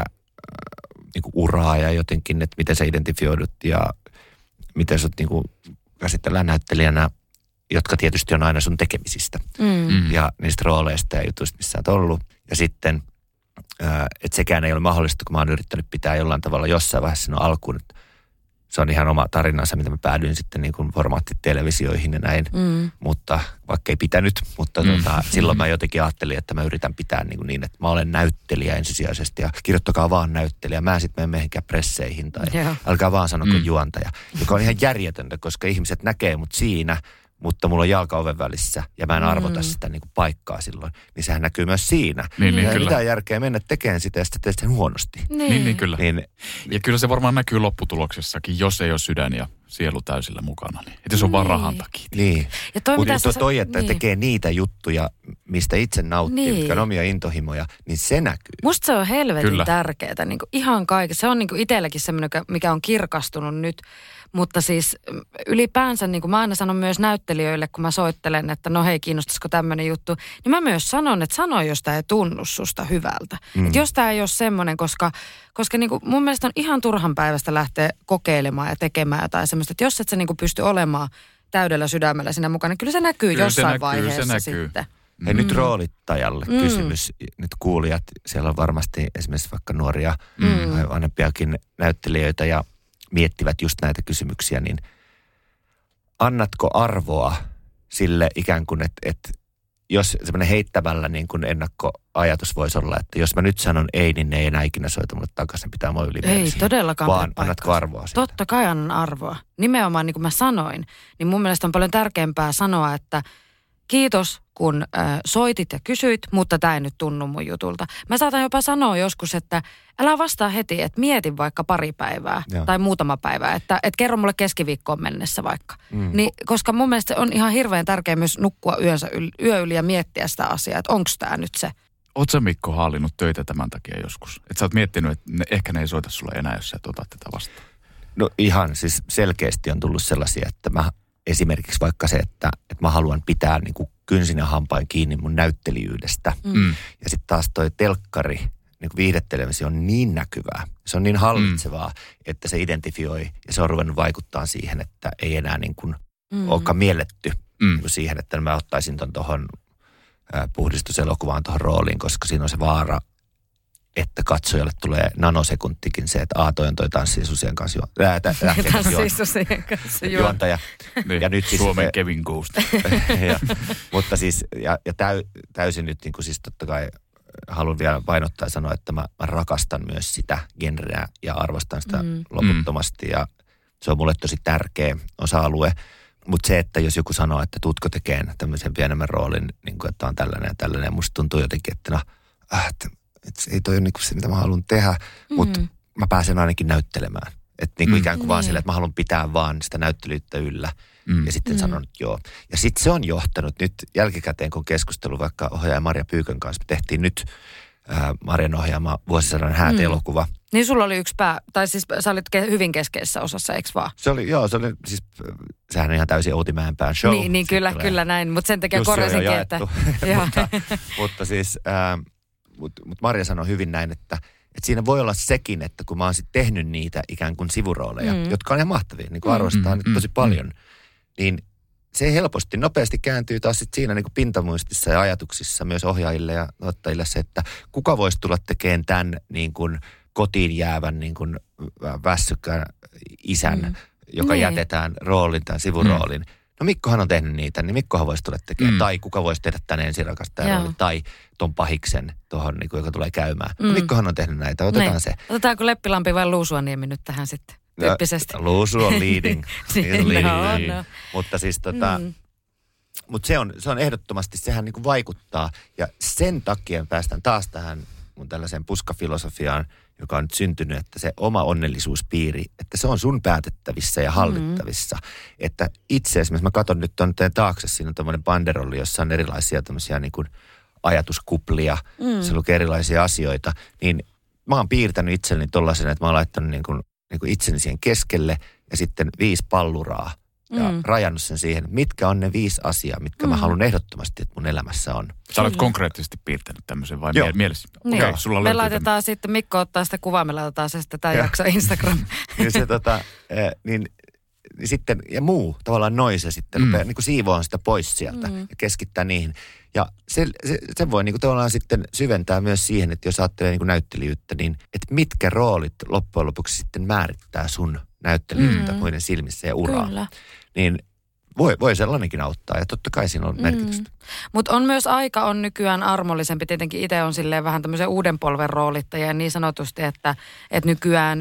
niin kuin uraa ja jotenkin, että miten sä identifioidut ja miten sä niin kuin käsitellään näyttelijänä, jotka tietysti on aina sun tekemisistä mm. ja niistä rooleista ja jutuista, missä olet ollut. Ja sitten, että sekään ei ole mahdollista, kun mä oon yrittänyt pitää jollain tavalla jossain vaiheessa sinun alkuun, että se on ihan oma tarinansa, mitä mä päädyin sitten niin kuin formaattitelevisioihin ja näin, mm. mutta vaikka ei pitänyt, mutta mm. tota, silloin mä jotenkin ajattelin, että mä yritän pitää niin, kuin niin, että mä olen näyttelijä ensisijaisesti ja kirjoittakaa vaan näyttelijä. Mä en sitten mene mihinkään presseihin tai yeah. alkaa vaan sanoa kuin mm. juontaja, joka on ihan järjetöntä, koska ihmiset näkee mut siinä, mutta mulla on jalka oven välissä ja mä en arvota mm. sitä niin kuin paikkaa silloin, niin sehän näkyy myös siinä. Niin, niin, ja kyllä. Mitään järkeä mennä tekemään sitä ja sitten teet sen huonosti. Niin, niin, niin kyllä. Niin, ja kyllä se varmaan näkyy lopputuloksessakin, jos ei ole sydän ja sielu täysillä mukana. Niin. Että se on niin. vaan rahan takia. Niin. Ja toi, mutta to, toi, toi, että niin. tekee niitä juttuja, mistä itse nauttii, niin. mitkä on omia intohimoja, niin se näkyy. Musta se on helvetin kyllä. tärkeää. Niin kuin ihan kaikessa. Se on niin kuin itselläkin semmoinen, mikä on kirkastunut nyt. Mutta siis ylipäänsä, niin kuin mä aina sanon myös näyttelijöille, kun mä soittelen, että no hei, kiinnostaisiko tämmöinen juttu, niin mä myös sanon, että sano, jos tää ei tunnu susta hyvältä. Mm. Että jos tää ei ole semmoinen, koska, koska niin kuin mun mielestä on ihan turhan päivästä lähteä kokeilemaan ja tekemään jotain semmoista, että jos et sä niin kuin pysty olemaan täydellä sydämellä siinä mukana, niin kyllä se näkyy kyllä jossain se näkyy, vaiheessa se näkyy. Sitten. Hei mm. nyt roolittajalle mm. kysymys. Nyt kuulijat, siellä on varmasti esimerkiksi vaikka nuoria mm. tai vanhempiakin näyttelijöitä ja miettivät just näitä kysymyksiä, niin annatko arvoa sille ikään kuin, että, että jos semmoinen heittämällä niin kuin ennakkoajatus voisi olla, että jos mä nyt sanon ei, niin ne ei enää ikinä soita mulle takaisin, pitää mua yli Ei todellakaan. Vaan annatko arvoa siitä? Totta kai annan arvoa. Nimenomaan niin kuin mä sanoin, niin mun mielestä on paljon tärkeämpää sanoa, että kiitos, kun äh, soitit ja kysyit, mutta tämä ei nyt tunnu mun jutulta. Mä saatan jopa sanoa joskus, että älä vastaa heti, että mieti vaikka pari päivää ja. tai muutama päivää, että et kerro mulle keskiviikkoon mennessä vaikka. Mm. Niin, koska mun mielestä on ihan hirveän tärkeää myös nukkua yönsä yli, yö yli ja miettiä sitä asiaa, että onko tämä nyt se. Oletko sä, Mikko, haalinnut töitä tämän takia joskus? Että sä oot miettinyt, että ne, ehkä ne ei soita sulle enää, jos sä et ota tätä vastaan. No ihan, siis selkeästi on tullut sellaisia, että mä esimerkiksi vaikka se, että, että mä haluan pitää niin kuin kynsin ja hampain kiinni mun näyttelijyydestä. Mm. Ja sitten taas toi telkkari, niin kuin viihdetelevisio on niin näkyvää. Se on niin hallitsevaa, mm. että se identifioi ja se on ruvennut vaikuttaa siihen, että ei enää niin kuin mm. olekaan mielletty mm. niin kuin siihen, että mä ottaisin ton tohon äh, puhdistuselokuvaan tohon rooliin, koska siinä on se vaara, että katsojalle tulee nanosekuntikin se, että a, toi on toi tanssisusien kanssa ju- ää, tä, tä, tanssisusien kanssa ju- juontaja. Niin, ja nyt siis Suomen se, Kevin Ghost. ja, mutta siis, ja, ja täy, täysin nyt niin kuin siis totta kai haluan vielä painottaa ja sanoa, että mä, mä rakastan myös sitä genreä ja arvostan sitä mm. loputtomasti ja se on mulle tosi tärkeä osa-alue. Mutta se, että jos joku sanoo, että tutko tekeen tämmöisen pienemmän roolin, niin kuin, että on tällainen ja tällainen, musta tuntuu jotenkin, että no, äh, että, että ei toi ole niin kuin se, mitä mä haluan tehdä, mm. mutta mä pääsen ainakin näyttelemään. Että niin kuin mm. ikään kuin vaan sille, että mä haluan pitää vaan sitä näyttelyyttä yllä mm. ja sitten mm. sanon, että joo. Ja sitten se on johtanut nyt jälkikäteen, kun keskustelu vaikka ohjaaja Marja Pyykön kanssa, me tehtiin nyt äh, Marjan ohjaama Vuosisadan häät-elokuva. Mm. Niin sulla oli yksi pää, tai siis sä olit ke- hyvin keskeisessä osassa, eikö vaan? Se oli, joo, se oli siis, sehän on ihan täysin Outi Mäenpään show. Niin, niin kyllä, tulee. kyllä näin, mutta sen takia korjasinkin, että... mutta, mutta siis, äh, mutta mut Marja sanoi hyvin näin, että, että siinä voi olla sekin, että kun mä oon sitten tehnyt niitä ikään kuin sivurooleja, mm. jotka on ihan mahtavia, niin kuin arvostaa mm, mm, tosi paljon, mm. niin se helposti, nopeasti kääntyy taas sit siinä niin kuin pintamuistissa ja ajatuksissa myös ohjaajille ja ottajille se, että kuka voisi tulla tekemään tämän niin kuin kotiin jäävän niin kuin väsykän isän, mm. joka niin. jätetään roolin tai sivuroolin. Mm. No Mikkohan on tehnyt niitä, niin Mikkohan voisi tulla tekemään. Mm. Tai kuka voisi tehdä tänne ensirakastajan roolin. Tai ton pahiksen tuohon, niin kuin, joka tulee käymään. Mm. No Mikkohan on tehnyt näitä, otetaan niin. se. Otetaanko Leppilampi vai Luusuaniemi nyt tähän sitten? Tyyppisesti. No, Luusu on leading. niin, leading. No, no. Mutta siis tota... Mm. Mutta se on, se on ehdottomasti, sehän niin kuin vaikuttaa. Ja sen takia päästään taas tähän mun tällaiseen puskafilosofiaan, joka on nyt syntynyt, että se oma onnellisuuspiiri, että se on sun päätettävissä ja hallittavissa. Mm. Että itse esimerkiksi, mä katson nyt tuonne taakse, siinä on tämmöinen banderolli, jossa on erilaisia tämmöisiä niin kuin ajatuskuplia, mm. se lukee erilaisia asioita, niin mä oon piirtänyt itselleni tollaisen, että mä oon laittanut niin kuin, niin kuin itseni siihen keskelle ja sitten viisi palluraa. Ja mm. rajannut sen siihen, mitkä on ne viisi asiaa, mitkä mm. mä haluan ehdottomasti, että mun elämässä on. Sä olet konkreettisesti piirtänyt tämmöisen vai Joo. mielessä? Niin. Okay, sulla me laitetaan tämän. Sitten, Mikko ottaa sitä kuvaa, me laitetaan se sitten tämän jakson Instagram. niin se tota, äh, niin, niin sitten, ja muu, tavallaan noise sitten, mm. niin kuin siivoaa sitä pois sieltä mm. ja keskittää niihin. Ja se, se, se voi niin kuin tavallaan sitten syventää myös siihen, että jos ajattelee niin kuin näyttelijyyttä, niin että mitkä roolit loppujen lopuksi sitten määrittää sun näyttelijyyttä mm. muiden silmissä ja uraa. Kyllä. Niin voi, voi sellainenkin auttaa ja totta kai siinä on merkitystä. Mm. Mutta on myös aika on nykyään armollisempi. Tietenkin itse on silleen vähän tämmöisen uuden polven roolittaja niin sanotusti, että, että nykyään ö,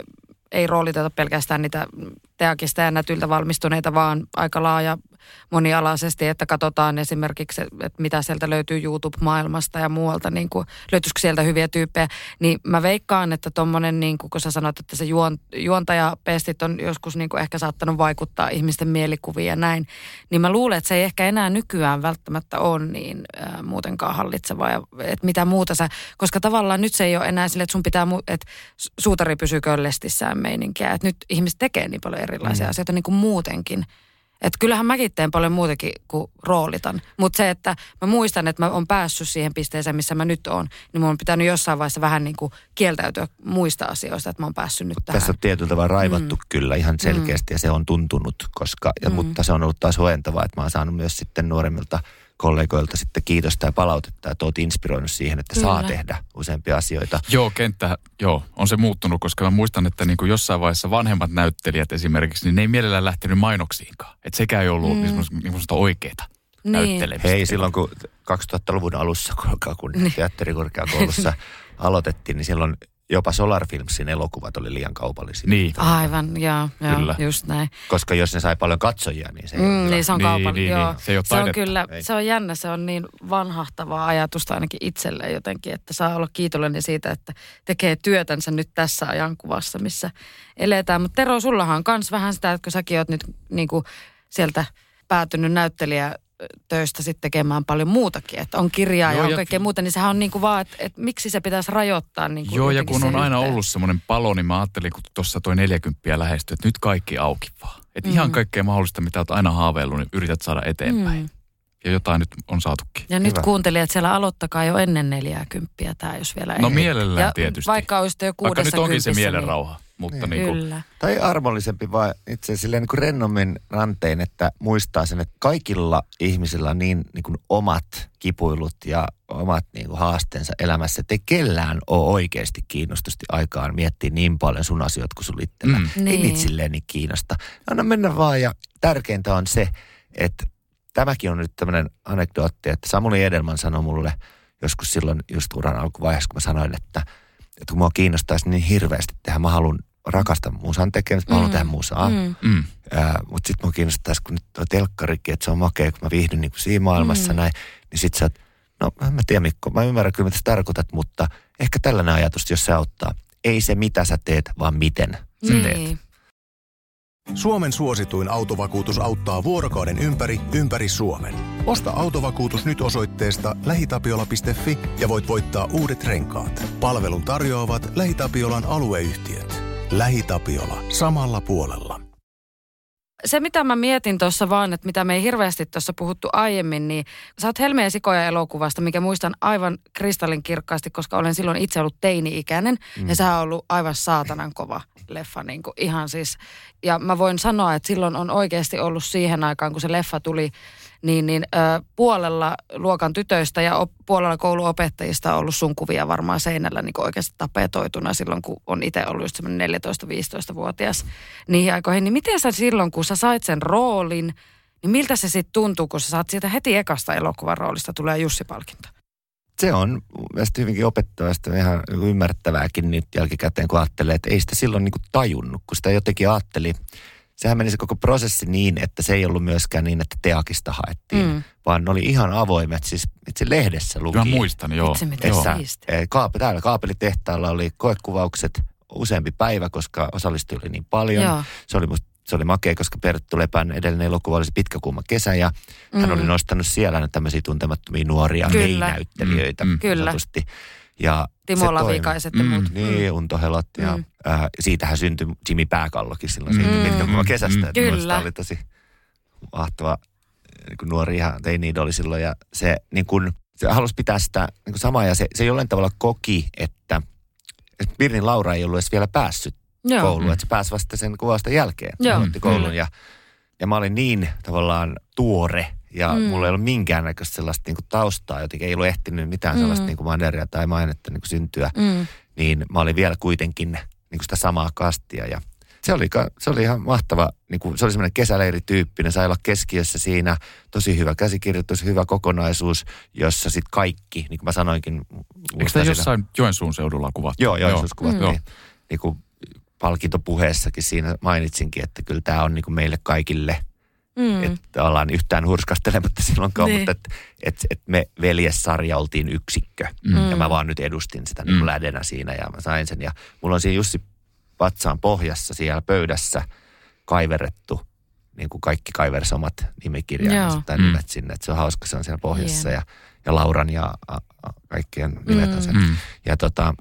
ei rooliteta pelkästään niitä teakista ja nätyltä valmistuneita, vaan aika laaja monialaisesti, että katsotaan esimerkiksi, että mitä sieltä löytyy YouTube-maailmasta ja muualta, niin kuin, löytyisikö sieltä hyviä tyyppejä. Niin mä veikkaan, että tommonen, niin kuin, kun sä sanot, että se juon, juontajapestit on joskus niin kuin ehkä saattanut vaikuttaa ihmisten mielikuviin ja näin, niin mä luulen, että se ei ehkä enää nykyään välttämättä ole niin äh, muutenkaan hallitseva, ja, että mitä muuta sä, koska tavallaan nyt se ei ole enää sille, että sun pitää, että suutari pysyy köllestissään meininkiä, että nyt ihmiset tekee niin paljon erilaisia mm. asioita niin kuin muutenkin. Että kyllähän mäkin teen paljon muutakin kuin roolitan. Mutta se, että mä muistan, että mä oon päässyt siihen pisteeseen, missä mä nyt oon, niin mun on pitänyt jossain vaiheessa vähän niin kuin kieltäytyä muista asioista, että mä oon päässyt nyt tähän. Tässä on tietyllä tavalla raivattu mm. kyllä ihan selkeästi mm. ja se on tuntunut, koska, ja, mm. mutta se on ollut taas huojentavaa, että mä oon saanut myös sitten nuoremmilta kollegoilta sitten kiitosta ja palautetta, että oot inspiroinut siihen, että kyllä. saa tehdä useampia asioita. Joo, kenttä, joo, on se muuttunut, koska mä muistan, että niin kuin jossain vaiheessa vanhemmat näyttelijät esimerkiksi, niin ne ei mielellään lähtenyt mainoksiinkaan. Että sekään ei ollut mm. niin semmoista oikeaa niin. näyttelemistä. Hei, silloin kun kaksituhattaluvun alussa, kun niin. teatterikorkeakoulussa aloitettiin, niin silloin jopa Solar Filmsin elokuvat oli liian kaupallisia. Niin. Aivan, joo, joo just näin. Koska jos ne sai paljon katsojia, niin se ei mm, ole niin, se on kaupallinen, niin, joo. Niin, se, ei ole se on kyllä, ei. Se on jännä, se on niin vanhahtavaa ajatusta ainakin itselleen jotenkin, että saa olla kiitollinen siitä, että tekee työtänsä nyt tässä ajankuvassa, missä eletään. Mutta Tero, sullahan on kans vähän sitä, että kun säkin oot nyt niin kuin sieltä päätynyt näyttelijä töistä sitten tekemään paljon muutakin, että on kirjaa joo, ja on kaikkea muuta, niin sehän on niin kuin vaan, että, että miksi se pitäisi rajoittaa. Niin kuin joo, ja kun on aina ollut semmoinen palo, niin mä ajattelin, kun tuossa toi neljäkymppiä lähestyi, että nyt kaikki auki vaan. Että mm. ihan kaikkea mahdollista, mitä olet aina haaveillut, niin yrität saada eteenpäin. Mm. Ja jotain nyt on saatukin. Ja nyt kuuntelijat siellä aloittakaa jo ennen neljäkymppiä tämä, jos vielä ei. No mielellään ja tietysti. Vaikka olisitte jo kuudessa Vaikka nyt onkin se kympissä, mielenrauha. mutta niin. niin kuin... Kyllä. Tai armollisempi vaan itse asiassa silleen niin kuin rennommin rantein, että muistaa sen, että kaikilla ihmisillä on niin, niin kuin omat kipuilut ja omat niin kuin haasteensa elämässä, että ei kellään ole oikeasti kiinnostusti aikaan miettiä niin paljon sun asioita kuin sun itsellä. Mm. Ei Niin. niitä silleen niin kiinnosta. Anna mennä vaan ja tärkeintä on se, että tämäkin on nyt tämmöinen anekdootti, että Samuli Edelman sanoi mulle joskus silloin just uran alkuvaiheessa, kun mä sanoin, että, että kun mua kiinnostaisi niin hirveästi tehdä, mä haluan rakastaa musan tekemistä, mä haluan mm. tehdä musaa. Mm. Mm. Mutta sitten mua kiinnostaisi, kun nyt tuo telkkarikin, että se on makea, kun mä viihdyn niin kuin siinä maailmassa mm. näin, niin sit sä oot, no mä tiedän Mikko, mä ymmärrän kyllä mitä sä tarkoitat, mutta ehkä tällainen ajatus, jos se auttaa. Ei se mitä sä teet, vaan miten sä Niin. teet. Suomen suosituin autovakuutus auttaa vuorokauden ympäri, ympäri Suomen. Osta autovakuutus nyt osoitteesta lähitapiola piste fi ja voit voittaa uudet renkaat. Palvelun tarjoavat LähiTapiolan alueyhtiöt. LähiTapiola. Samalla puolella. Se, mitä mä mietin tuossa vaan, että mitä me ei hirveästi tuossa puhuttu aiemmin, niin sä oot Helmeen sikoja elokuvasta, mikä muistan aivan kristallinkirkkaasti, koska olen silloin itse ollut teini-ikäinen mm. ja sehän on ollut aivan saatanan kova leffa, niin kuin ihan siis. Ja mä voin sanoa, että silloin on oikeasti ollut siihen aikaan, kun se leffa tuli, niin, niin ö, puolella luokan tytöistä ja op, puolella kouluopettajista on ollut sun kuvia varmaan seinällä niin kuin oikeasti tapetoituna silloin, kun on itse ollut just semmoinen neljätoista-viisitoista-vuotias niihin aikoihin. Niin miten sä silloin, kun sä sait sen roolin, niin miltä se sitten tuntuu, kun sä saat siitä heti ekasta elokuvan roolista tulee Jussi-palkinto? Se on mielestäni hyvinkin opettavasta, ihan ymmärrettävääkin nyt jälkikäteen, kun ajattelee, että ei sitä silloin niin kuin tajunnut, kun sitä jotenkin ajatteli. Sehän meni se koko prosessi niin, että se ei ollut myöskään niin, että Teakista haettiin, mm. vaan ne oli ihan avoimet, siis itse lehdessä luki. Mä muistan, joo. Itse mitä että kaap- täällä kaapelitehtaalla oli koekuvaukset useampi päivä, koska osallistujia oli niin paljon. Joo. Se oli musta Se oli makea, koska Perttu Lepän edellinen elokuva oli se Pitkä kuuma kesä ja mm. hän oli nostanut siellä tämmöisiä tuntemattomia nuoria meinäyttelijöitä. Mm. Kyllä. Ja Timo Lavikaiset ja muut. Mm. Niin, Unto Helot ja mm. äh, siitähän syntyi Jimmy Pääkallokin silloin siitä mm. Pitkä kuuma kesästä. Mm. Kyllä. Oli tosi mahtava niin kuin nuori ihan teini-idoli silloin ja se, niin kuin, se halusi pitää sitä niin kuin samaa ja se, se jollain tavalla koki, että, että Virnin Laura ei ollut edes vielä päässyt Joo. kouluun, että se pääsi vasta sen kuvausta jälkeen. Joo, koulun ja, ja mä olin niin tavallaan tuore ja mm. mulla ei ollut minkäännäköistä sellaista niin kuin taustaa, jotenkin ei ollut ehtinyt mitään mm. sellaista niin kuin maneria tai mainetta niin kuin syntyä, mm. niin mä olin vielä kuitenkin niin kuin sitä samaa kastia ja se oli, se oli ihan mahtava, niin kuin, se oli semmoinen kesäleirityyppinen, sai olla keskiössä siinä, tosi hyvä käsikirjoitus, hyvä kokonaisuus, jossa sitten kaikki, niin kuin mä sanoinkin. Eikö tämä jossain Joensuun seudulla kuvattu? Joo, Joensuussa kuvattiin. Mm. Niin kuin palkintopuheessakin siinä mainitsinkin, että kyllä tämä on niin kuin meille kaikille, mm. että ollaan yhtään hurskastelematta silloinkaan, niin. mutta että et, et me veljessarja oltiin yksikkö. Mm. Ja mä vaan nyt edustin sitä niin kuin lädenä siinä ja mä sain sen. Ja mulla on siinä Jussi Patsaan pohjassa siellä pöydässä kaiverrettu, niin kuin kaikki kaiversi omat nimikirjaimet tai nimet mm. sinne. Että se on hauska, se on siellä pohjassa yeah. ja, ja Lauran ja a, a, kaikkien nimet on sen. Mm. Ja tota...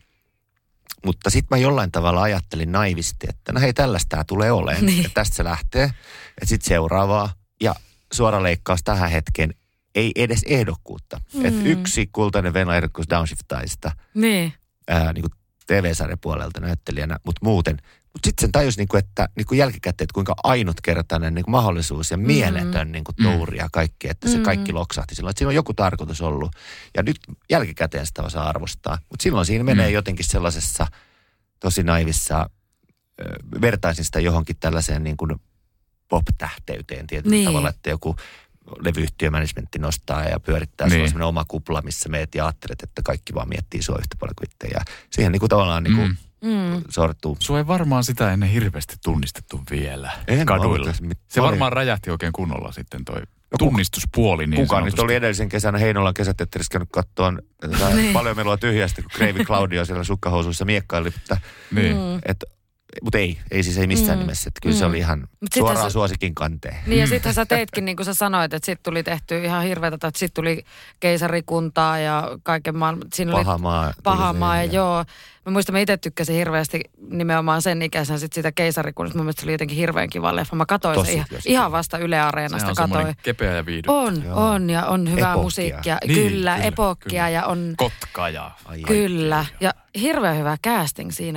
Mutta sitten mä jollain tavalla ajattelin naivisti, että no hei, tällaista tämä tulee olemaan. Niin. Että tästä se lähtee. Että sitten seuraavaa. Ja suora leikkaus tähän hetkeen ei edes ehdokkuutta. Mm. Että yksi kultainen Venla-ehdokkuus Downshiftaista. Niin. Ää, niin kuin T V-sarjan puolelta näyttelijänä, mutta muuten. Mutta sitten sen tajus, niin kuin, että niin kuin jälkikäteen, että kuinka ainutkertainen niin kuin mahdollisuus ja mieletön niin kuin touri ja kaikki. Että se kaikki loksahti silloin. Että siinä on joku tarkoitus ollut. Ja nyt jälkikäteen sitä osaa arvostaa. Mutta silloin siinä menee jotenkin sellaisessa tosi naivissa, vertaisin sitä johonkin tällaiseen niin kuin pop-tähteyteen tietyllä niin. tavalla, että joku levyyhtiömanagementti nostaa ja pyörittää niin. sellainen oma kupla, missä meet ja ajattelet, että kaikki vaan miettii sua yhtä paljon kuin itse. Ja siihen niin kuin tavallaan niin kuin mm. sortuu. Sua ei varmaan sitä ennen hirveästi tunnistettu vielä en kaduilla. Mit, se paljon. Varmaan räjähti oikein kunnolla sitten toi no, tunnistuspuoli. Niin kuka nyt oli edellisen kesänä Heinolan kesäteatterissa käynyt katsomaan niin. paljon melua tyhjästä, kun Kreivi Claudio siellä sukkahousuissa miekkaili. Mutta, niin. et, mutta ei, ei siis ei missään mm. nimessä. Että kyllä mm. se oli ihan suoraan sä, suosikin kanteen. Niin ja sittenhän sä teitkin, niin kuin sä sanoit, että sit tuli tehty ihan hirveätä, että sit tuli keisarikuntaa ja kaiken maailman. Siinä Pahamaa. Oli pahamaa ja, ja joo. Mä muistan, mä itse tykkäsin hirveästi nimenomaan sen ikäisenä sit sitä keisarikunnasta. Mun mielestä se oli jotenkin hirveän kiva leffa. Mä katsoin se ihan, ihan vasta Yle Areenasta. Se on semmoinen kepeä ja viihdyttä. On, joo. on ja on hyvää epokkia. Musiikkia. Niin, kyllä, kyllä, epokkia kyllä. Ja on... Kotka ja... Ai, kyllä, ja hirveän hyvä casting siinäkin.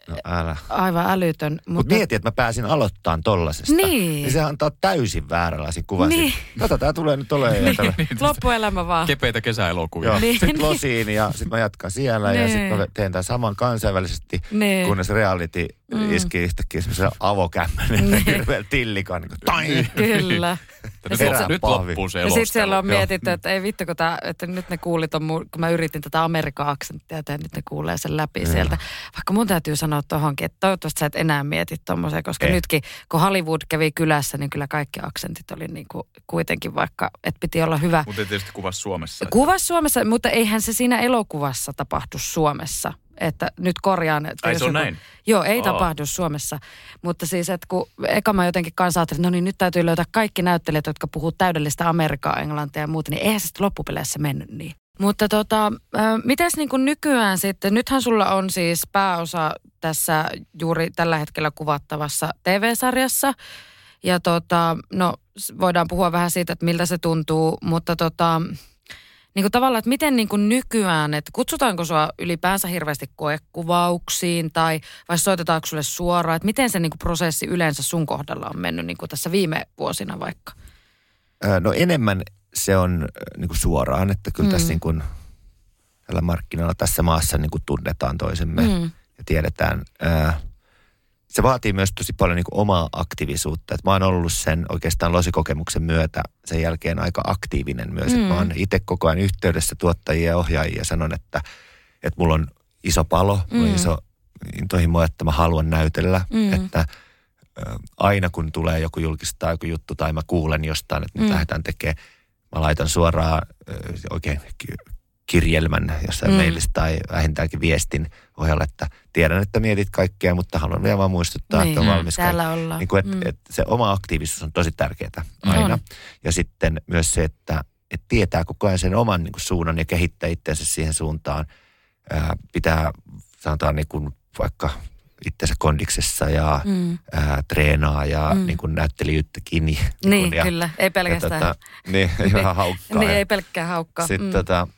No älä. Aivan älytön. Mutta Mutta mieti, että mä pääsin aloittamaan tollasesta. Niin. Niin se antaa täysin vääränlaisen kuvan. Niin. Kato, tää tulee nyt olemaan. niin. Loppuelämä vaan. Kepeitä kesäelokuvia. Joo, Niin, sitten niin. losiin ja sitten mä jatkan siellä ja Niin. sitten mä teen tämän saman kansainvälisesti, Niin. kunnes reality Mm. iski yhtäkkiä semmoisen avokämmönen Niin. hirveän tillikaan. Niin kuin, tai! Kyllä. Nyt, sit lop- se- nyt pahvi. loppuu se Ja elostelu. sitten siellä on Joo. mietitty, että ei vittu, kun, tää, että nyt ne kuulit on, mun, kun mä yritin tätä Amerikan aksenttia, että nyt ne kuulee sen läpi Joo. sieltä. Vaikka mun täytyy sanoa tohonkin, että toivottavasti sä et enää mieti tommoseen, koska Ei. nytkin, kun Hollywood kävi kylässä, niin kyllä kaikki aksentit oli niin kuin kuitenkin vaikka, että piti olla hyvä. Mutta ei tietysti kuvaa Suomessa. Kuvas Suomessa, mutta eihän se siinä elokuvassa tapahdu Suomessa. Että nyt korjaan. Että Ai, jos se on joku- näin? Joo, ei Oo. tapahdu Suomessa. Mutta siis, että kun eka mä jotenkin kanssa ajattelin, että no niin, nyt täytyy löytää kaikki näyttelijät, jotka puhuu täydellistä Amerikkaa, englantia ja muuta, niin eihän se sitten loppupeleissä mennyt niin. Mutta tota, äh, mites niin kuin nykyään sitten, nythän sulla on siis pääosa tässä juuri tällä hetkellä kuvattavassa T V-sarjassa. Ja tota, no voidaan puhua vähän siitä, että miltä se tuntuu, mutta tota... Niin kuin tavallaan, että miten niin kuin nykyään, että kutsutaanko sua ylipäänsä hirveästi koekuvauksiin tai vai soitetaanko sulle suoraan, että miten se niin kuin prosessi yleensä sun kohdalla on mennyt niin kuin tässä viime vuosina vaikka? Ö, No enemmän se on ö, niin kuin suoraan, että kyllä Mm. tässä niin kuin, tällä markkinoilla tässä maassa niin kuin tunnetaan toisemme Mm. ja tiedetään. Ö, Se vaatii myös tosi paljon niin kuin omaa aktiivisuutta. Et mä oon ollut sen oikeastaan losikokemuksen myötä sen jälkeen aika aktiivinen myös. Mm. Mä oon itse koko ajan yhteydessä tuottajia ja ohjaajia ja sanon, että, että mulla on iso palo, mm. mulla on iso intohimo, että mä haluan näytellä. Mm. Että ä, aina kun tulee joku julkistaa joku juttu tai mä kuulen jostain, että nyt mm. lähdetään tekemään, mä laitan suoraan ä, oikein kirjelmän jossain mm. mailissa tai vähintäänkin viestin ohjalle, että tiedän, että mietit kaikkea, mutta haluan vielä vaan muistuttaa, Niin, että on valmis täällä kaikki. ollaan. Niin kuin, että, Mm. että se oma aktiivisuus on tosi tärkeää aina. On. Ja sitten myös se, että, että tietää koko ajan sen oman niin kuin suunnan ja kehittää itseänsä siihen suuntaan. Ää, pitää, sanotaan niin kuin vaikka itsensä kondiksessa ja Mm. ää, treenaa ja Mm. niin kuin näyttelijyyttäkin. Niin, Niin, kuin, ja, kyllä, ei pelkästään. Ja, tota, niin, vähän haukkaa. Niin, ja- ei pelkkää haukkaa. sitten Mm. tota,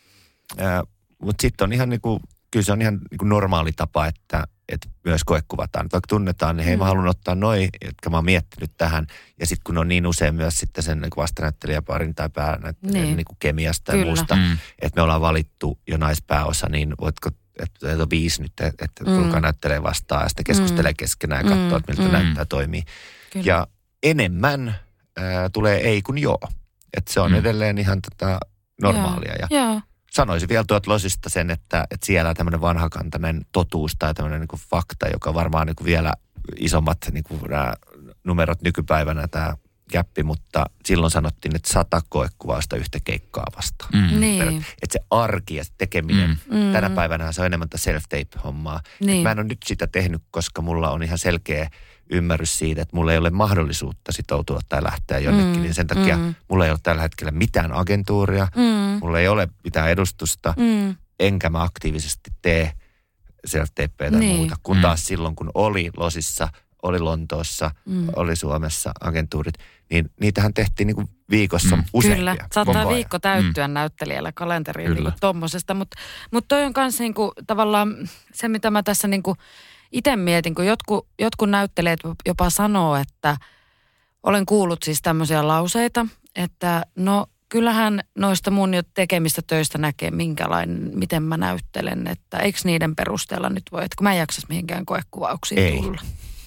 mutta sitten on ihan niinku, kyllä se on ihan niinku normaali tapa, että, että myös koekuvataan. Että vaikka tunnetaan, niin hei, mä Mm. haluan ottaa noi, jotka mä oon miettinyt tähän. Ja sitten kun on niin usein myös sitten sen niinku vastanäyttelijäparin tai päänäyttelijän Niin. niinku kemiasta ja Kyllä. muusta, Mm. että me ollaan valittu jo naispääosa, niin voitko, että et on viisi nyt, että et Mm. tulkaa näyttelee vastaan ja sitten keskustelee Mm. keskenään ja katsoo, Mm. että miltä Mm. näyttää toimii. Kyllä. Ja enemmän ää, tulee ei kuin joo. Että se on Mm. edelleen ihan tota normaalia. Ja Joo. sanoisin vielä tuot losista sen, että, että siellä tämmöinen vanhakantainen totuus tai tämmöinen niin kuin fakta, joka varmaan niin kuin vielä isommat niin kuin nämä numerot nykypäivänä tämä gäppi, mutta silloin sanottiin, että sata koekuvausta yhtä keikkaa vastaan. Mm. Niin. Että se arki ja se tekeminen, Mm. Mm. tänä päivänä se on enemmän tätä self-tape-hommaa. Niin. Mä en ole nyt sitä tehnyt, koska mulla on ihan selkeä ymmärrys siitä, että mulla ei ole mahdollisuutta sitoutua tai lähteä jonnekin. Mm, Niin sen takia mm. mulla ei ole tällä hetkellä mitään agentuuria, Mm. mulla ei ole mitään edustusta, Mm. enkä mä aktiivisesti tee self-tapeja tai Niin. muuta. Kun Mm. taas silloin, kun oli Losissa, oli Lontoossa, Mm. oli Suomessa agentuurit, niin niitähän tehtiin niin kuin viikossa Mm. useampia. Kyllä, saattaa koko ajan. viikko täyttyä mm. näyttelijällä kalenteriin Kyllä. niin tommosesta, mutta mut toi on myös niinku, tavallaan se, mitä mä tässä niinku itse mietin, kun jotkut, jotkut näyttelijät jopa sanoo, että olen kuullut siis tämmöisiä lauseita, että no kyllähän noista mun jo tekemistä töistä näkee minkälainen, miten mä näyttelen, että eikö niiden perusteella nyt voi, että kun mä en jaksas mihinkään koekuvauksiin Ei. tulla.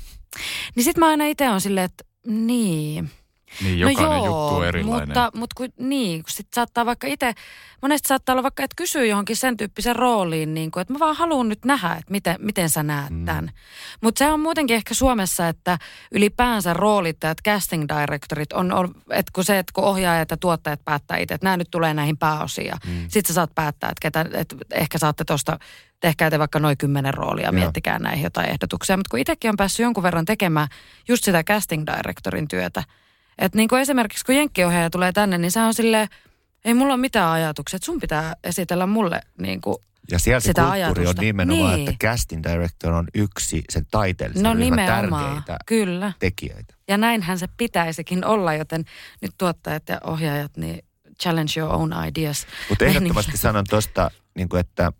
Niin sit mä aina itse on silleen, että niin. Niin, jokainen no joo, juttu on erilainen. Mutta, mutta kun, niin, kun sit saattaa vaikka itse, monesti saattaa olla vaikka, että kysyy johonkin sen tyyppisen rooliin, niin kuin, että mä vaan haluan nyt nähdä, että miten, miten sä näet Mm. tämän. Mutta se on muutenkin ehkä Suomessa, että ylipäänsä roolittajat, casting directorit on, on että kun se, että kun ohjaajat ja tuottajat päättää itse, että nämä nyt tulee näihin pääosiin ja Mm. sit sä saat päättää, että, ketä, että ehkä saatte tuosta, tehkää te vaikka noin kymmenen roolia, Joo. miettikää näihin jotain ehdotuksia. Mutta kun itsekin on päässyt jonkun verran tekemään just sitä casting directorin työtä, että niin kuin esimerkiksi kun jenkkiohjaaja tulee tänne, niin se on silleen, ei mulla ole mitään ajatuksia, että sun pitää esitellä mulle niin kuin Ja siellä se sitä kulttuuri ajatusta. on nimenomaan, Niin. että casting director on yksi sen taiteellisen no ryhmän nimenomaan, tärkeitä kyllä. tekijöitä. Ja näinhän se pitäisikin olla, joten nyt tuottajat ja ohjaajat, niin challenge your own ideas. Mutta ehdottomasti Meininki. sanon tuosta, niin että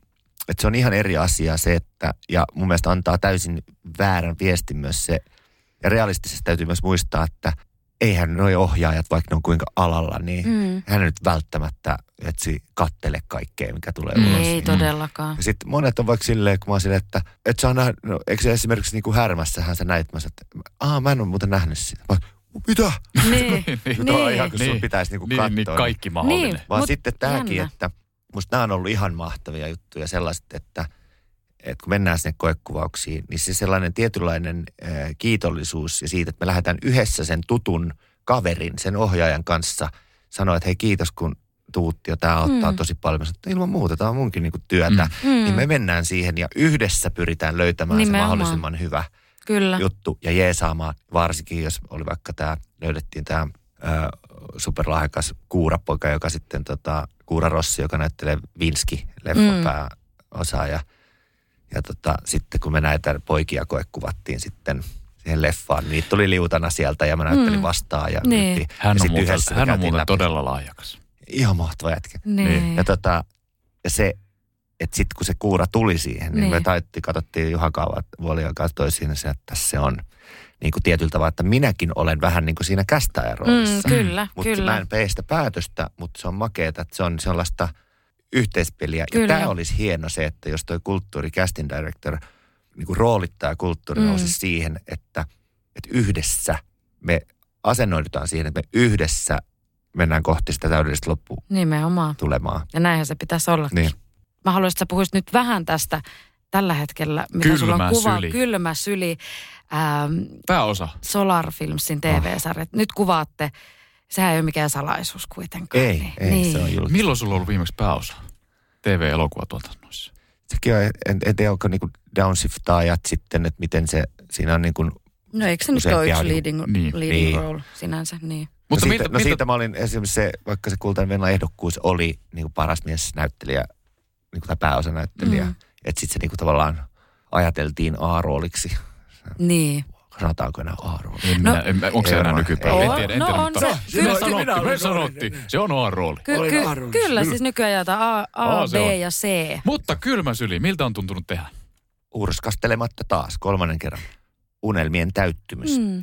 Että se on ihan eri asia se, että, ja mun mielestä antaa täysin väärän viestin myös se, ja realistisesti täytyy myös muistaa, että eihän noi ohjaajat, vaikka ne on kuinka alalla, niin mm. hän nyt välttämättä etsi kattele kaikkea, mikä tulee mm. ulos. Ei niin. todellakaan. Ja sitten monet on vaikka silleen, kun mä oon silleen, että et sä on nähnyt, no, eikö se esimerkiksi niinku Härmässähän sä näit, mä sanoin, että aah, mä en ole muuten nähnyt sitä. Mä, mitä? Niin. Nyt on ihan, kun sun niin. pitäisi niinku niin, katsoa. Niin, kaikki mahdollinen. Niin. Vaan Mut sitten tämäkin, jännä. että musta nämä on ollut ihan mahtavia juttuja sellaiset, että, että kun mennään sinne koekuvauksiin, niin se sellainen tietynlainen äh, kiitollisuus ja siitä, että me lähdetään yhdessä sen tutun kaverin, sen ohjaajan kanssa sanoa, että hei kiitos kun tuut ja tämä auttaa mm. tosi paljon. Mä sanon, että ilman muuta, tämä on munkin niinku työtä. Mm. Niin me mennään siihen ja yhdessä pyritään löytämään nimenomaan se mahdollisimman hyvä Kyllä. juttu ja jeesaamaan. Varsinkin jos oli vaikka tämä, löydettiin tämä äh, superlahjakas kuurapoika, joka sitten tota, Kuura Rossi, joka näyttelee Vinski-leffan mm. pääosaa. Ja, ja tota, sitten kun me näitä poikia koekuvattiin sitten siihen leffaan, niin niitä tuli liutana sieltä ja mä näyttelin mm. vastaan. Ja niin. nyt, hän ja on muuten, hän on muuten läpi. todella lahjakas. Ihan mahtava jätkä. Niin. Ja, tota, ja se, että sitten kun se Kuura tuli siihen, niin, niin. me taittiin, katsottiin Juha Vuolijan kanssa toisiin se, että tässä on niin kuin tietyllä tavalla, että minäkin olen vähän niin kuin siinä kästäjän roolissa. Mm, kyllä, mutta kyllä. mä en pee sitä päätöstä, mutta se on makeeta, että se on sellaista yhteispeliä. Kyllä. Ja tämä olisi hieno se, että jos toi kulttuuri, casting director, niin kuin roolittaa kulttuuri mm. nousi siihen, että, että yhdessä me asennoidutaan siihen, että me yhdessä mennään kohti sitä täydellistä loppuun. Nimenomaan. Tulemaan. Ja näinhän se pitäisi ollakin. Niin. Mä haluaisin, että sä puhuisit nyt vähän tästä tällä hetkellä, mitä Kylmä sulla on kuva. syli. Kylmä syli. Ähm, Pääosa. Solar Filmsin T V-sarjat. Nyt kuvaatte. Sehän ei ole mikään salaisuus kuitenkaan. Ei, niin. ei niin. se on julkista. Milloin sulla on ollut viimeksi pääosa T V-elokuvatuotannoissa? Sekin on, en, en tiedä, onko niinku downshiftaajat sitten, että miten se, siinä on niinku No eikö se nyt ole useampia yksi niinku- leading, niin. leading Niin. role sinänsä? Niin. Mutta no, miltä, siitä, no miltä, siitä mä olin esimerkiksi se, vaikka se Kultainen Venla ehdokkuus oli niinku paras miesnäyttelijä, niinku tai pääosanäyttelijä, mm. että sitten se niinku tavallaan ajateltiin A-rooliksi. Niin. Sanotaanko enää A-rooli? en No- minä, en, mä- onko se enää Ei nykypäivä? En on. tiedä, en No tiedä, on mutta se. me Kyllä. sanottiin, me sanottiin. Se on A-rooli. Ky- ky- kyllä, siis nykyään jaetaan A, A Aa, B se on. ja C. Mutta kylmä syli, miltä on tuntunut tehdä? Urskastelematta taas kolmannen kerran. Unelmien täyttymys. Mm.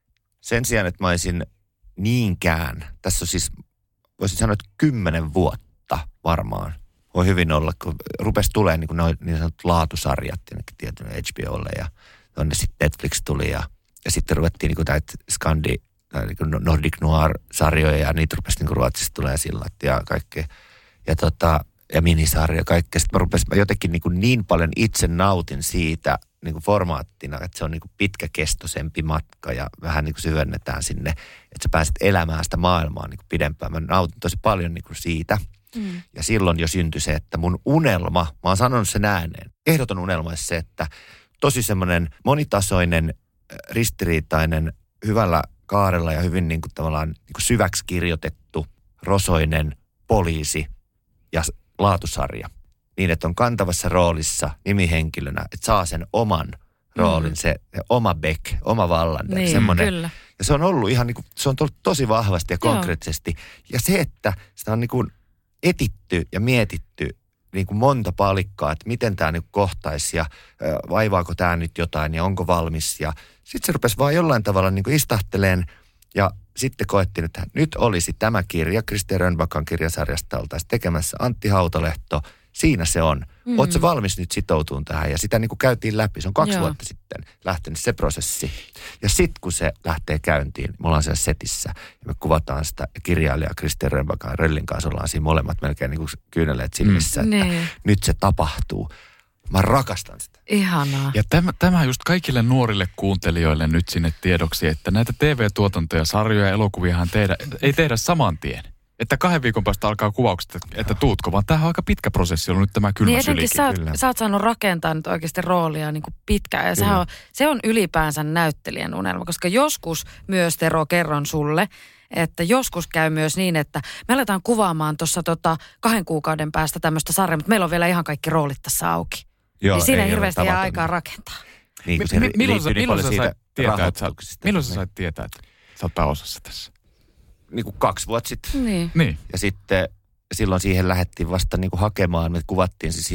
Sen sijaan, että mä olisin niinkään, tässä on siis, voisin sanoa, että kymmenen vuotta varmaan. Voi hyvin olla, kun rupesi tulemaan niin, kuin noi, niin sanotut laatusarjat jonnekin tietyn H B O:lle ja tonne sitten Netflix tuli ja, ja sitten ruvettiin niin kuin näitä Skandi, tai niin kuin Nordic Noir-sarjoja ja niitä rupesi niin kuin Ruotsista tulee sillat ja kaikkea. Ja, tota, ja minisarja ja kaikkea. Sitten mä rupesin, mä jotenkin niin, kuin niin paljon itse nautin siitä niin kuin formaattina, että se on niin kuin pitkäkestoisempi matka ja vähän niin kuin syvennetään sinne, että sä pääset elämään sitä maailmaa niin kuin pidempään. Mä nautin tosi paljon niin kuin siitä. Mm. Ja silloin jo syntyi se, että mun unelma, mä oon sanonut sen ääneen, ehdoton unelma olisi se, että tosi semmoinen monitasoinen, ristiriitainen, hyvällä kaarella ja hyvin niin kuin tavallaan niin kuin syväksi kirjoitettu, rosoinen poliisi ja laatusarja. Niin, että on kantavassa roolissa nimihenkilönä, että saa sen oman roolin, mm. se, se oma Beck, oma Wallander, Niin, semmoinen. kyllä. Ja se on ollut ihan niin kuin, se on tullut tosi vahvasti ja konkreettisesti. Joo. Ja se, että sitä on niin kuin etitty ja mietitty niin kuin monta palikkaa, että miten tämä niin kohtaisi ja vaivaako tämä nyt jotain ja onko valmis. Ja sitten se rupesi vaan jollain tavalla niin kuin istahteleen ja sitten koettiin, että nyt olisi tämä kirja, Kristian Rönnbakan kirjasarjasta oltaisiin tekemässä Antti Hautalehto. Siinä se on. Mm. Ootko valmis nyt sitoutumaan tähän? Ja sitä niin kuin käytiin läpi. Se on kaksi Joo. vuotta sitten lähtenyt se prosessi. Ja sitten kun se lähtee käyntiin, me ollaan siellä setissä ja me kuvataan sitä kirjailijaa Kristian Rönnbakan ja Röllin kanssa ollaan siinä molemmat melkein niin kuin kyyneleet silmissä, mm. että niin. nyt se tapahtuu. Mä rakastan sitä. Ihanaa. Ja tämä, tämä just kaikille nuorille kuuntelijoille nyt sinne tiedoksi, että näitä T V-tuotantoja, sarjoja ja elokuviahan tehdä, ei tehdä saman tien. Että kahden viikon päästä alkaa kuvaukset, että, että tuutko, vaan tämähän on aika pitkä prosessi ollut nyt tämä kylmä niin sylikin. Sä, oot, sä oot saanut rakentaa nyt oikeasti roolia niin kuin pitkään. Ja sehän on, se on ylipäänsä näyttelijän unelma, koska joskus myös, Tero, kerron sulle, että joskus käy myös niin, että me aletaan kuvaamaan tuossa tota kahden kuukauden päästä tämmöistä sarjaa, mutta meillä on vielä ihan kaikki roolit tässä auki. Joo, niin siinä ei hirveästi jää aikaa rakentaa. Niin, Mi- se mi- milloin sä, niin milloin sä sait tietää, että sä, milloin sä niin. sait tietää, että sä oot pääosassa tässä? Niin kuin kaksi vuotta sitten. Niin. Niin. Ja sitten silloin siihen lähdettiin vasta niin kuin hakemaan. Me kuvattiin siis ihan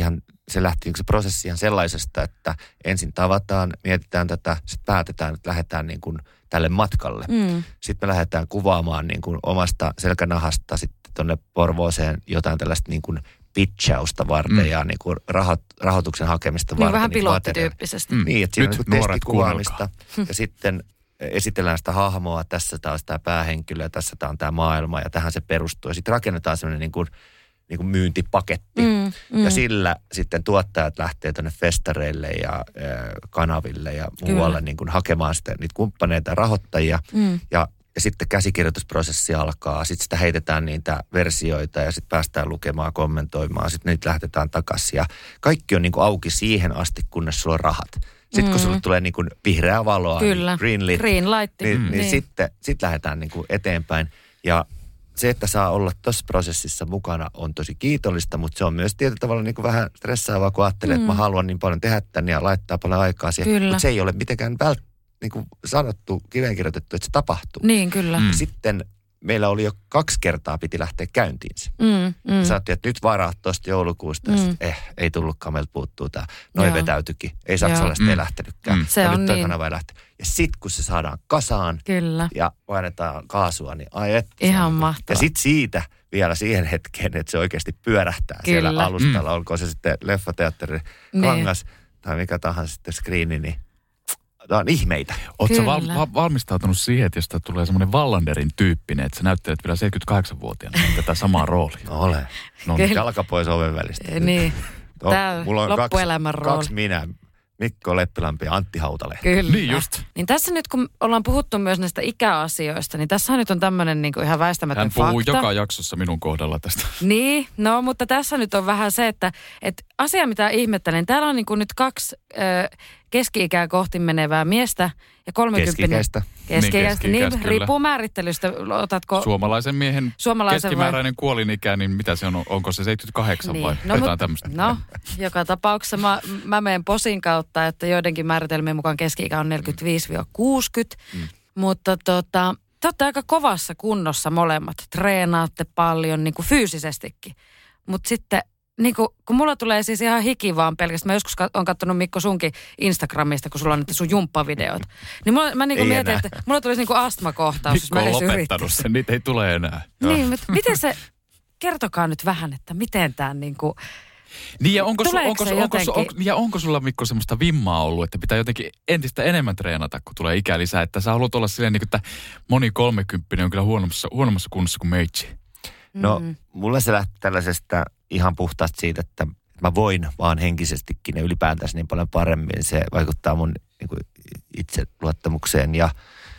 se lähti se prosessi ihan sellaisesta, että ensin tavataan, mietitään tätä, sitten päätetään, että lähdetään niin kuin tälle matkalle. Mm. Sitten me lähdetään kuvaamaan niin kuin omasta selkänahasta sitten tuonne Porvooseen jotain tällaista niin kuin pitchausta varten mm. ja niin kuin raho- rahoituksen hakemista niin varten. Vähän pilottityyppisesti. Mm. Niin, että siinä Nyt on niin testikuvaamista ja sitten esitellään sitä hahmoa, tässä taas tämä päähenkilö ja tässä tämä on tämä maailma ja tähän se perustuu. Ja sitten rakennetaan sellainen niin kuin, niin kuin myyntipaketti mm, mm. ja sillä sitten tuottajat lähtee tuonne festareille ja äh, kanaville ja muualle niin kuin hakemaan sitä, niitä kumppaneita ja rahoittajia mm. ja Ja sitten käsikirjoitusprosessi alkaa, sitten sitä heitetään niitä versioita ja sitten päästään lukemaan, kommentoimaan, sitten niitä lähdetään takaisin. Ja kaikki on niin kuin auki siihen asti, kunnes sulla on rahat. Sitten mm. kun sulle tulee niin kuin vihreää valoa, Kyllä. niin green lit, green light. niin, mm. niin, niin. sitten sit lähdetään niin kuin eteenpäin. Ja se, että saa olla tuossa prosessissa mukana, on tosi kiitollista, mutta se on myös tietyllä tavalla niin kuin vähän stressaavaa, kun ajattelee, mm. että mä haluan niin paljon tehdä tämän ja laittaa paljon aikaa siihen. Mutta se ei ole mitenkään välttämättä. Niin kuin sanottu, kiveen kirjoitettu, että se tapahtuu. Niin, kyllä. Mm. Sitten meillä oli jo kaksi kertaa piti lähteä käyntiin se. Mm, mm. Sanottiin, että nyt varaa tuosta joulukuusta. Mm. Eh, ei tullutkaan, meiltä puuttuu tämä. Noin vetäytyikin. Ei saksalaiset mm. ei lähtenytkään. Mm. Se ja on nyt toi niin. kanava ei lähtenyt. Ja sitten kun se saadaan kasaan kyllä. ja painetaan kaasua, niin ai et. Ihan mahtavaa. Ja sitten siitä vielä siihen hetkeen, että se oikeasti pyörähtää kyllä. siellä alustalla. Mm. Olkoon se sitten leffateatteri, kangas niin. tai mikä tahansa sitten screeni, niin tämä on ihmeitä. Oletko val, val, valmistautunut siihen, että jos tulee semmoinen Wallanderin tyyppinen, että sä näyttelet vielä seitsemänkymmentäkahdeksanvuotiaana tätä samaa roolia? No ole. No, jalka pois oven välistä. Niin. No, tämä mulla on loppuelämän kaksi, rooli. kaksi minä, Mikko Leppilampi ja Antti Hautale. Kyllä. Niin just. Niin tässä nyt, kun ollaan puhuttu myös näistä ikäasioista, niin tässä nyt on tämmöinen niin kuin ihan väistämätön fakta. Hän puhuu fakta. joka jaksossa minun kohdalla tästä. Niin, no mutta tässä nyt on vähän se, että, että asia mitä ihmettelen, täällä on niin kuin nyt kaksi ö, keski-ikää kohti menevää miestä ja kolmekymppinen. Keski-ikäistä. Keski-ikäistä, niin, niin, keski-ikäistä, riippuu määrittelystä. Otatko suomalaisen miehen suomalaisen keskimääräinen vai kuolinikä, niin mitä se on? Onko se seitsemänkymmentäkahdeksan niin. vai no, jotain mut, tämmöistä? No, joka tapauksessa mä, mä menen posin kautta, että joidenkin määritelmien mukaan keski-ikä on neljäkymmentäviisi kuusikymmentä, mm. mutta tota, te olette aika kovassa kunnossa molemmat. Treenaatte paljon niin kuin fyysisestikin, mutta sitten niin kuin, kun mulla tulee siis ihan hiki vaan pelkästään, mä joskus on katsonut Mikko sunkin Instagramista, kun sulla on nyt sun jumppavideot. Niin mulla, mä niin kuin mietin, enää. Että mulla tulisi niin kuin astmakohtaus, jos mä edes yrittäisin. Mikko on lopettanut sen, niitä ei tule enää. Niin, mutta miten se, kertokaa nyt vähän, että miten tämä niin kuin, niin ja onko, su, onko, se onko, onko, onko, ja onko sulla Mikko semmoista vimmaa ollut, että pitää jotenkin entistä enemmän treenata, kun tulee ikää lisää, että sä haluat olla silleen niin kuin, että moni kolmekymppinen on kyllä huonommassa, huonommassa kunnossa kuin meitsi. No, mm. mulla se lähti tällaisesta ihan puhtaasti siitä, että mä voin vaan henkisestikin ja ylipäätänsä niin paljon paremmin. Se vaikuttaa mun niin kuin itseluottamukseen ja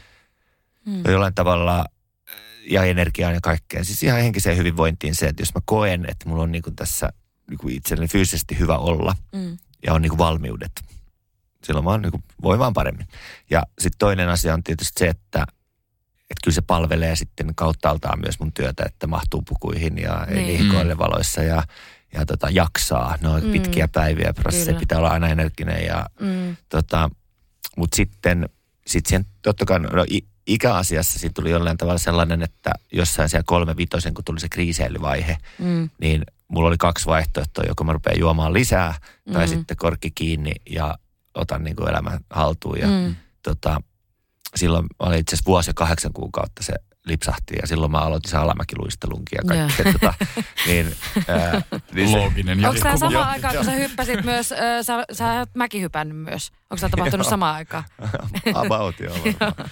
mm. jollain tavalla ja energiaan ja kaikkeen. Siis ihan henkiseen hyvinvointiin se, että jos mä koen, että mulla on niin kuin tässä niin kuin itselleni fyysisesti hyvä olla mm. ja on niin kuin valmiudet. Silloin mä niin kuin, voin vaan paremmin. Ja sitten toinen asia on tietysti se, että että kyllä se palvelee sitten kauttaaltaan myös mun työtä, että mahtuu pukuihin ja ei niin. hikoille valoissa ja, ja tota, jaksaa. Ne on mm. pitkiä päiviä, prosessi pitää olla aina energinen. Ja, mm. tota, mutta sitten sit siihen, totta kai no, ikäasiassa siinä tuli jollain tavalla sellainen, että jossain siellä kolme vitosen, kun tuli se kriiseilyvaihe, mm. niin mulla oli kaksi vaihtoehtoa, joko mä rupean juomaan lisää tai mm. sitten korkki kiinni ja otan niin kuin elämän haltuun ja mm. tota, silloin oli itse asiassa vuosi ja kahdeksan kuukautta se lipsahti ja silloin mä aloitin se alamäkiluistelunkin ja kaikkea. Tota, niin, ää, niin looginen. Onko tämä sama aikaan, kun sä hyppäsit myös, äh, sä, sä oot mäkihypännyt myös? Onko tämä tapahtunut samaan aikaan? About joo.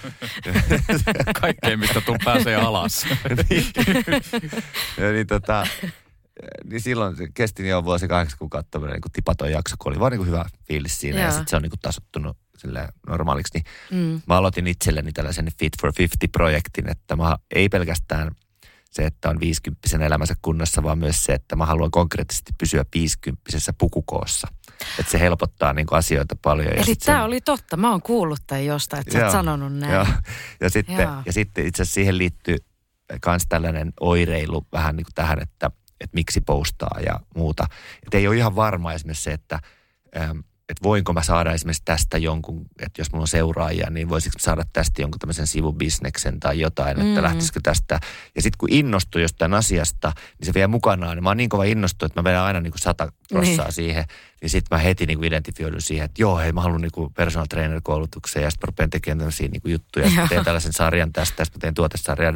Kaikkeen, mistä tuu pääsee alas. niin, ja niin, tota, niin silloin se kesti jo vuosi kahdeksan kuukautta niin kuin tipaton jakso, kun oli vaan niin kuin hyvä fiilis siinä. Joo. Ja sitten se on niin kuin tasottunut normaaliksi, niin mm. mä aloitin itselleni tällaisen Fit for fifty-projektin, että mä ei pelkästään se, että on viisikymppisen elämänsä kunnossa, vaan myös se, että mä haluan konkreettisesti pysyä viisikymppisessä pukukoossa. Että se helpottaa niin kuin asioita paljon. Eli tämä sen... oli totta, mä oon kuullut tämän jostain, että sä oot sanonut näin. Joo. Ja, sitten, ja sitten itse asiassa siihen liittyy myös tällainen oireilu vähän niin kuin tähän, että, että miksi postaa ja muuta. Että ei ole ihan varma esimerkiksi se, että ähm, että voinko mä saada esimerkiksi tästä jonkun, että jos mulla on seuraajia, niin voisiko saada tästä jonkun tämmöisen sivubisneksen tai jotain, että mm-hmm. lähtisikö tästä. Ja sitten kun innostuu jostain asiasta, niin se vie mukanaan. Ja mä oon niin kova innostunut, että mä vedän aina niin kuin sata prossaa niin. siihen. Niin sitten mä heti niin kuin identifioidun siihen, että joo, hei mä haluan niin kuin personal trainer koulutukseen ja sitten mä rupean tekemään tämmöisiä niin kuin juttuja. Ja sitten teen tällaisen sarjan tästä, sitten mä teen tuotesarjan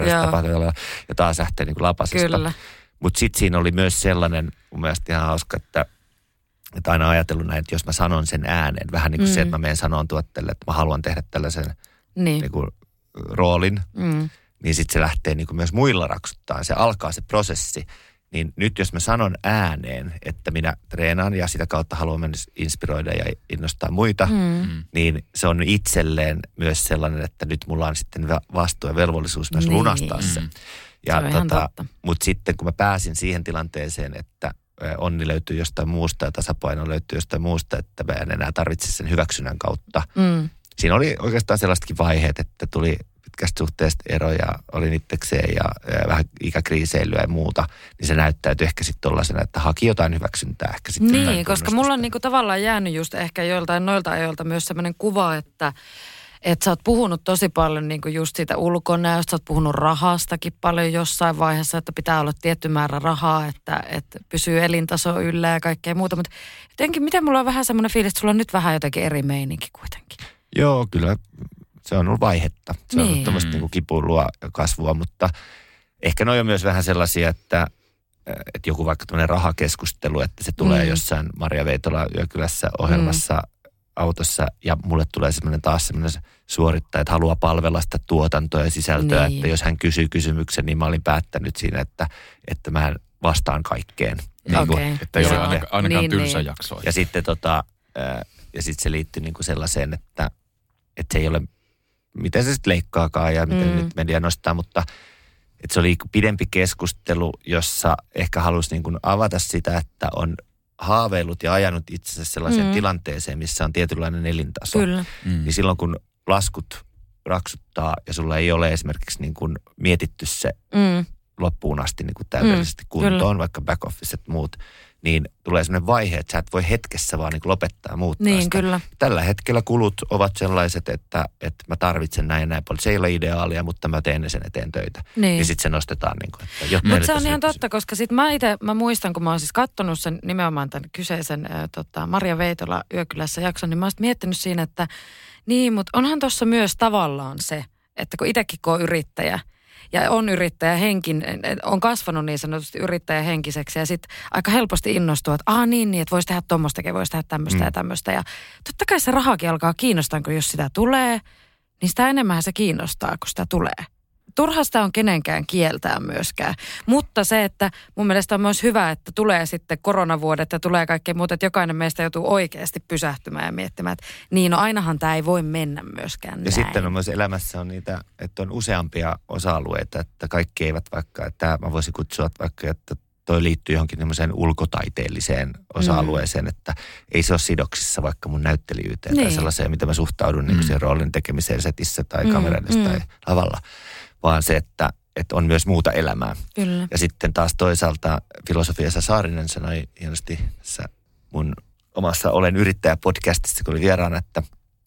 ja taas lähtee niin kuin lapasesta. Mutta sitten siinä oli myös sellainen, mun mielestä ihan hauska, että Että aina ajatellut näin, että jos mä sanon sen äänen, vähän niin kuin mm. se, että mä menen sanoon tuotteelle, että mä haluan tehdä tällaisen niin. Niin kuin, roolin, mm. niin sitten se lähtee niin kuin myös muilla raksuttaa. Se alkaa se prosessi. Niin nyt jos mä sanon ääneen, että minä treenaan ja sitä kautta haluan mennä inspiroida ja innostaa muita, mm. niin se on itselleen myös sellainen, että nyt mulla on sitten vastuu ja velvollisuus myös niin. lunastaa se. Mm. Ja se tota, mutta sitten kun mä pääsin siihen tilanteeseen, että onni löytyy jostain muusta ja tasapaino löytyy jostain muusta, että mä en enää tarvitse sen hyväksynnän kautta. Mm. Siinä oli oikeastaan sellaistakin vaiheet, että tuli pitkästä suhteesta eroja, oli itsekseen ja, ja vähän ikäkriiseilyä ja muuta, niin se näyttäytyi ehkä sitten tollaisena, että haki jotain hyväksyntää ehkä sitten. Niin, koska mulla on niinku tavallaan jäänyt just ehkä joiltain noilta ajoilta myös sellainen kuva, että että sä oot puhunut tosi paljon niin kuin just siitä ulkonäöstä, sä oot puhunut rahastakin paljon jossain vaiheessa, että pitää olla tietty määrä rahaa, että, että pysyy elintaso yllä ja kaikkea muuta. Mutta jotenkin, miten mulla on vähän semmoinen fiilis, että sulla on nyt vähän jotenkin eri meininki kuitenkin. Joo, kyllä se on ollut vaihetta. Se niin. on ollut tämmöistä niin kuin kipuilua ja kasvua, mutta ehkä ne on myös vähän sellaisia, että, että joku vaikka tämmöinen rahakeskustelu, että se tulee mm. jossain Maria Veitola Yökylässä ohjelmassa, mm. autossa ja mulle tulee semmoinen taas semmoinen suorittaja, että haluaa palvella sitä tuotantoa ja sisältöä, niin. että jos hän kysyy kysymyksen, niin mä olin päättänyt siinä, että, että mä vastaan kaikkeen. Niin okay. kuin, että ei ole ainakaan, ainakaan niin, tylsä niin. jakso. Ja sitten tota, ja sitten se liittyy niin kuin sellaiseen, että, että se ei ole, miten se sitten leikkaakaan ja miten mm. nyt media nostaa, mutta että se oli pidempi keskustelu, jossa ehkä halusi niin kuin avata sitä, että on haaveillut ja ajanut itsensä sellaiseen mm. tilanteeseen, missä on tietynlainen elintaso. Kyllä. Mm. Niin silloin kun laskut raksuttaa ja sulla ei ole esimerkiksi niin kuin mietitty se mm. loppuun asti niin kuin täydellisesti mm. kuntoon, Kyllä. vaikka back office ja muut, niin tulee sellainen vaihe, että sä et voi hetkessä vaan niin kuin lopettaa ja muuttaa niin, sitä. Kyllä. Tällä hetkellä kulut ovat sellaiset, että, että mä tarvitsen näin ja näin paljon. Se ei ole ideaalia, mutta mä teen sen eteen töitä. Niin. Ja sitten se nostetaan niin kuin, että mutta se on ihan totta, koska sitten mä itse, mä muistan, kun mä oon siis kattonut sen nimenomaan tämän kyseisen ä, tota, Maria Veitola Yökylässä jakson, niin mä oon miettinyt siinä, että niin, mutta onhan tuossa myös tavallaan se, että kun itsekin kun on yrittäjä, ja on yrittäjähenkin, on kasvanut niin sanotusti yrittäjähenkiseksi ja sitten aika helposti innostuu, että aah niin, niin että voisi tehdä tuommoistakin, voisi tehdä tämmöistä mm. ja tämmöistä. Ja totta kai se rahakin alkaa kiinnostaa, kun jos sitä tulee, niin sitä enemmän se kiinnostaa, kun sitä tulee. Turha sitä on kenenkään kieltää myöskään. Mutta se, että mun mielestä on myös hyvä, että tulee sitten koronavuodet ja tulee kaikkea muuta, että jokainen meistä joutuu oikeasti pysähtymään ja miettimään, että niin no ainahan tämä ei voi mennä myöskään näin. Ja sitten on myös elämässä on niitä, että on useampia osa-alueita, että kaikki eivät vaikka, että mä voisin kutsua vaikka, että toi liittyy johonkin tämmöiseen ulkotaiteelliseen osa-alueeseen, mm. että ei se ole sidoksissa vaikka mun näyttelijyyteen niin. tai sellaiseen, mitä mä suhtaudun mm. niin siihen roolin tekemiseen setissä tai mm. kamerallista mm. tai lavalla. Vaan se, että, että on myös muuta elämää. Kyllä. Ja sitten taas toisaalta filosofia Esa Saarinen sanoi hienosti tässä mun omassa Olen yrittäjä -podcastissa, kun oli vieraana, että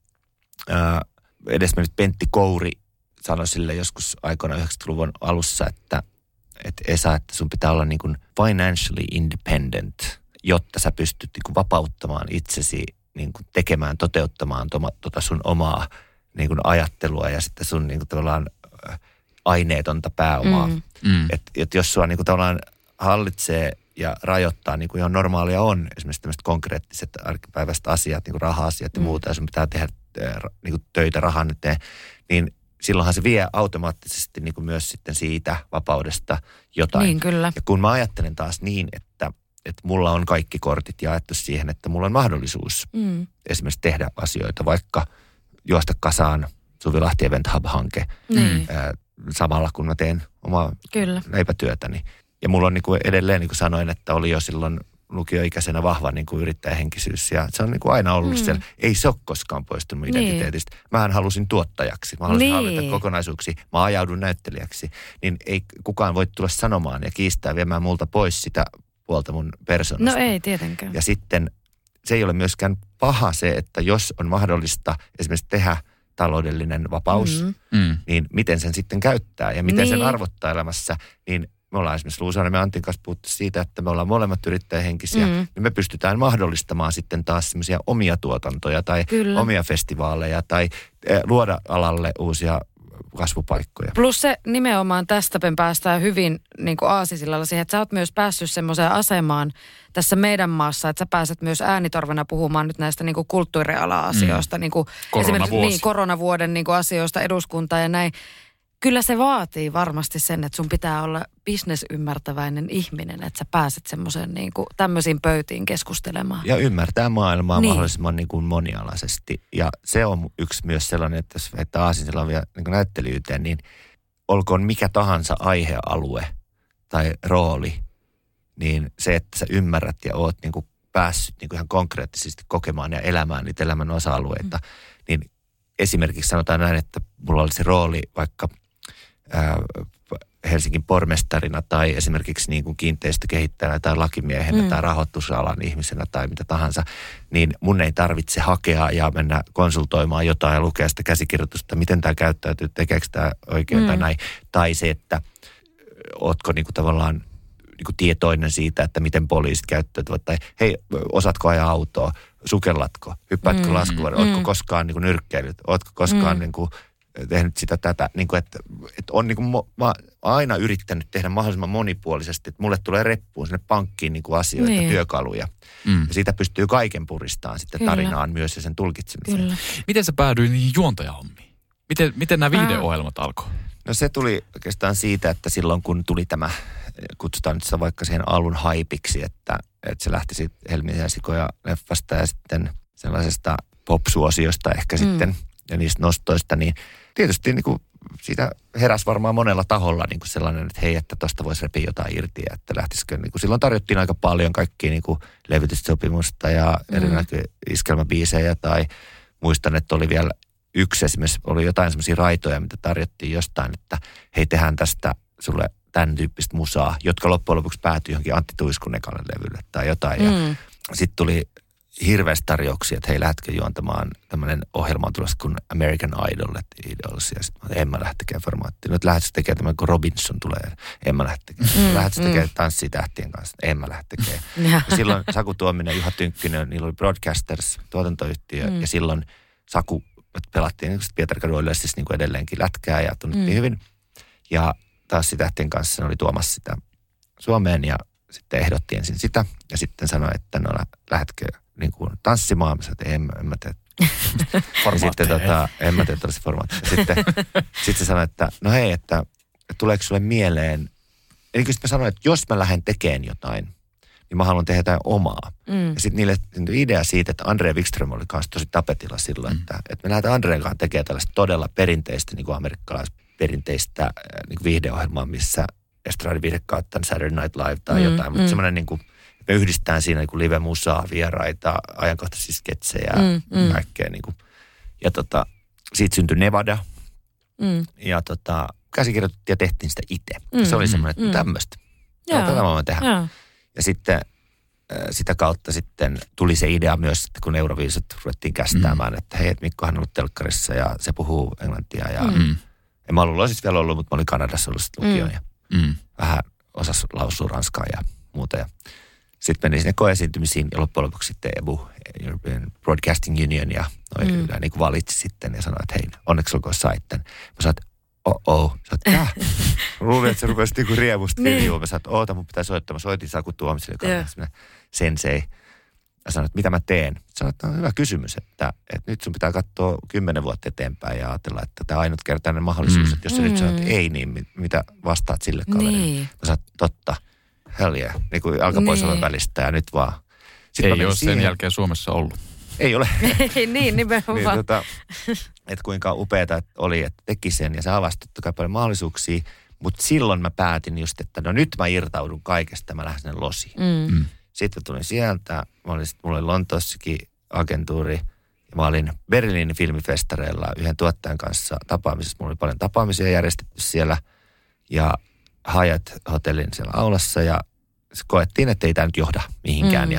ää, edesmennyt Pentti Kouri sanoi sille joskus aikoina yhdeksänkymmentäluvun alussa, että, että Esa, että sun pitää olla niin kuin financially independent, jotta sä pystyt niin kuin vapauttamaan itsesi niin kuin tekemään, toteuttamaan tuota sun omaa niin kuin ajattelua ja sitten sun niin kuin tavallaan aineetonta pääomaa. Mm. Mm. Että et jos sua niinku tavallaan hallitsee ja rajoittaa, niin kuin ihan normaalia on, esimerkiksi tämmöiset konkreettiset arkipäiväiset asiat, niin kuin raha-asiat ja mm. muuta, ja sun pitää tehdä niin kuin töitä rahan eteen, niin silloinhan se vie automaattisesti niin kuin myös sitten siitä vapaudesta jotain. Niin, kyllä. Ja kun mä ajattelen taas niin, että, että mulla on kaikki kortit jaettu siihen, että mulla on mahdollisuus mm. esimerkiksi tehdä asioita, vaikka juosta kasaan Suvi Lahti Event Hub-hanke, mm. ää, samalla kun mä teen omaa Kyllä. leipätyötäni. Ja mulla on niin kuin edelleen, niin kuin sanoin, että oli jo silloin lukioikäisenä vahva niin kuin yrittäjähenkisyys. Ja se on niin kuin aina ollut mm. siellä. Ei se ole koskaan poistunut identiteetistä. Niin. Mähän halusin tuottajaksi. Mä halusin niin. hallita kokonaisuuksia. Mä ajaudun näyttelijäksi. Niin ei kukaan voi tulla sanomaan ja kiistää viemään multa pois sitä puolta mun persoonasta. No ei tietenkään. Ja sitten se ei ole myöskään paha se, että jos on mahdollista esimerkiksi tehdä taloudellinen vapaus, mm. Mm. niin miten sen sitten käyttää ja miten niin. sen arvottaa elämässä, niin me ollaan esimerkiksi Luusanen ja Antin kanssa puhuttu siitä, että me ollaan molemmat yrittäjähenkisiä, mm. niin me pystytään mahdollistamaan sitten taas semmoisia omia tuotantoja tai Kyllä. omia festivaaleja tai eh, luoda alalle uusia kasvupaikkoja. Plus se nimenomaan tästäpä päästään hyvin niin kuin aasisillalla siihen, että sä oot myös päässyt semmoiseen asemaan tässä meidän maassa, että sä pääset myös äänitorvena puhumaan nyt näistä niin kuin kulttuuriala-asioista, mm. niin kuin esimerkiksi niin, koronavuoden niin kuin asioista eduskuntaan ja näin. Kyllä se vaatii varmasti sen, että sun pitää olla bisnesymmärtäväinen ihminen, että sä pääset semmoiseen niin kuin tämmöisiin pöytiin keskustelemaan. Ja ymmärtää maailmaa niin. mahdollisimman niin kuin monialaisesti. Ja se on yksi myös sellainen, että jos heittää aasinsillan vielä niin kuin näyttelyyteen, niin olkoon mikä tahansa aihealue tai rooli, niin se, että sä ymmärrät ja oot niin kuin päässyt niin kuin ihan konkreettisesti kokemaan ja elämään niitä elämän osa-alueita, mm. niin esimerkiksi sanotaan näin, että mulla olisi rooli vaikka ää, Helsingin pormestarina tai esimerkiksi niin kuin kiinteistökehittäjänä tai lakimiehenä mm. tai rahoitusalan ihmisenä tai mitä tahansa, niin mun ei tarvitse hakea ja mennä konsultoimaan jotain ja lukea sitä käsikirjoitusta, miten tämä käyttäytyy, tekeekö tämä oikein mm. tai näin. Tai se, että ootko niin kuin tavallaan niin kuin tietoinen siitä, että miten poliisit käyttäytyvät tai hei, osaatko ajaa autoa, sukellatko, hyppäätkö mm. laskuvarjoon, mm. ootko koskaan niin kuin nyrkkeilyt, ootko koskaan mm. niin kuin tehnyt sitä tätä, niin kuin, että, että on niin kuin, mä aina yrittänyt tehdä mahdollisimman monipuolisesti, että mulle tulee reppuun sinne pankkiin niin kuin asioita, niin. työkaluja. Mm. Ja siitä pystyy kaiken puristamaan sitten Kyllä. tarinaan myös ja sen tulkitsemiseen. Kyllä. Miten sä päädyit niihin juontajahommiin? Miten, miten nämä viihdeohjelmat alkoi? No se tuli oikeastaan siitä, että silloin kun tuli tämä, kutsutaan nyt sitä vaikka siihen alun haipiksi, että, että se lähti sitten Helmi ja Sikoja leffasta ja sitten sellaisesta pop-suosiosta ehkä mm. sitten ja niistä nostoista, niin tietysti niin kuin siitä heräsi varmaan monella taholla niin kuin sellainen, että hei, että tosta voisi repiä jotain irti, että lähtisikö, niin kuin silloin tarjottiin aika paljon kaikkia niin kuin levytyssopimusta ja mm. erinäköisiä iskelmäbiisejä tai muistan, että oli vielä yksi esimerkiksi, oli jotain semmoisia raitoja, mitä tarjottiin jostain, että hei, tehdään tästä sulle tämän tyyppistä musaa, jotka loppujen lopuksi päätyi johonkin Antti Tuiskun ekalle levylle tai jotain. Mm. Ja sitten tuli hirveästi tarjouksia, että hei, lähdetkö juontamaan tämmöinen ohjelma on tulossa kuin American Idol, että Idols, ja sitten en mä lähde tekemään formaattia. Nyt lähdetkö tekemään tämmöinen kuin Robinson tulee, en mä lähde tekemään. Mm, lähdetkö mm. tekemään Tanssii tähtien kanssa, en mä lähde tekemään. Ja silloin Saku Tuominen, Juha Tynkkynen, niillä oli Broadcasters, tuotantoyhtiö, mm. ja silloin Saku pelattiin niin Pietarkaduille siis niin kuin edelleenkin lätkää ja tunnettiin mm. hyvin. Ja Tanssi tähtien kanssa ne oli tuomassa sitä Suomeen ja sitten ehdotti ensin sitä ja sitten sanoi, että no lähdetkö niin kuin tanssimaan. Mä sanoin, että en, en mä tee. sitten tota, en mä tee tällaista formaattia. Sitten, sitten se sanoi, että no hei, että, että tuleeko sulle mieleen. Eli sitten mä sanoin, että jos mä lähden tekemään jotain, niin mä haluan tehdä jotain omaa. Mm. Ja sitten niille syntyi idea siitä, että Andre Wikström oli kanssa tosi tapetilla silloin, mm. että, että me lähdetään Andreen kanssa tekemään tällaista todella perinteistä, niin kuin amerikkalaisperinteistä niin kuin viihdeohjelmaa, missä estradi viihdekautta Saturday Night Live tai mm. jotain, mutta mm. semmoinen niin kuin, me yhdistetään siinä niin kuin live-musaa, vieraita, ajankohtaisia sketsejä ja mm. kaikkea. Niin kuin. Ja tota, siitä syntyi Nevada mm. ja tota, käsikirjoitettiin ja tehtiin sitä itse. Mm. Se oli semmoinen, että mm. tämmöistä. Ja tätä mä voin tehdä. Ja. Ja sitten sitä kautta sitten tuli se idea myös, että kun Euroviisut ruvettiin kästäämään, mm. että hei, että Mikkohan on ollut telkkarissa ja se puhuu englantia. Ja mm. en mä ollut siis vielä ollut, mutta mä olin Kanadassa ollut sitten lukion ja mm. vähän osasi lausua ranskaa ja muuta. Ja sitten meni sinne koeesiintymisiin ja loppujen lopuksi sitten E B U, European Broadcasting Union ja noin mm. niin kuin valitsi sitten ja sanoi, että hei, onneksi olkoon sait. Mä sanoin, että oh-oh. Sä oot, äh. Mä luulin, että se rupesi niinku riemusta kirjuun. Mä sanoin, että oota, mun pitää soittaa. Mä soitin Saku Tuomiselle, joka yeah. on semmoinen sensei. Mä sanoin, että mitä mä teen? Sanoin, että on hyvä kysymys, että, että nyt sun pitää katsoa kymmenen vuotta eteenpäin ja ajatella, että tämä ainutkertainen mahdollisuus, mm. että jos sä mm. nyt sanot ei, niin mitä vastaat sille kaverille? Niin. Mä sanoin, totta, hell yeah. Niin kuin alkapoisella niin. välistä ja nyt vaan. Sitten ei ole sen siihen. Jälkeen Suomessa ollut. Ei ole. Ei niin, nimenomaan. niin, tota, että kuinka upeata oli, että teki sen ja se avasi totta kai paljon mahdollisuuksia. Mutta silloin mä päätin just, että no nyt mä irtaudun kaikesta, mä lähden sinne losiin. Mm. Sitten tulin sieltä, mä olin, mulla oli Lontoossakin agentuuri ja mä olin Berliinin filmifestareilla yhden tuottajan kanssa tapaamisessa. Mulla oli paljon tapaamisia järjestetty siellä ja Hyatt hotellin siellä aulassa ja koettiin, että ei tämä nyt johda mihinkään. Mm. Ja mä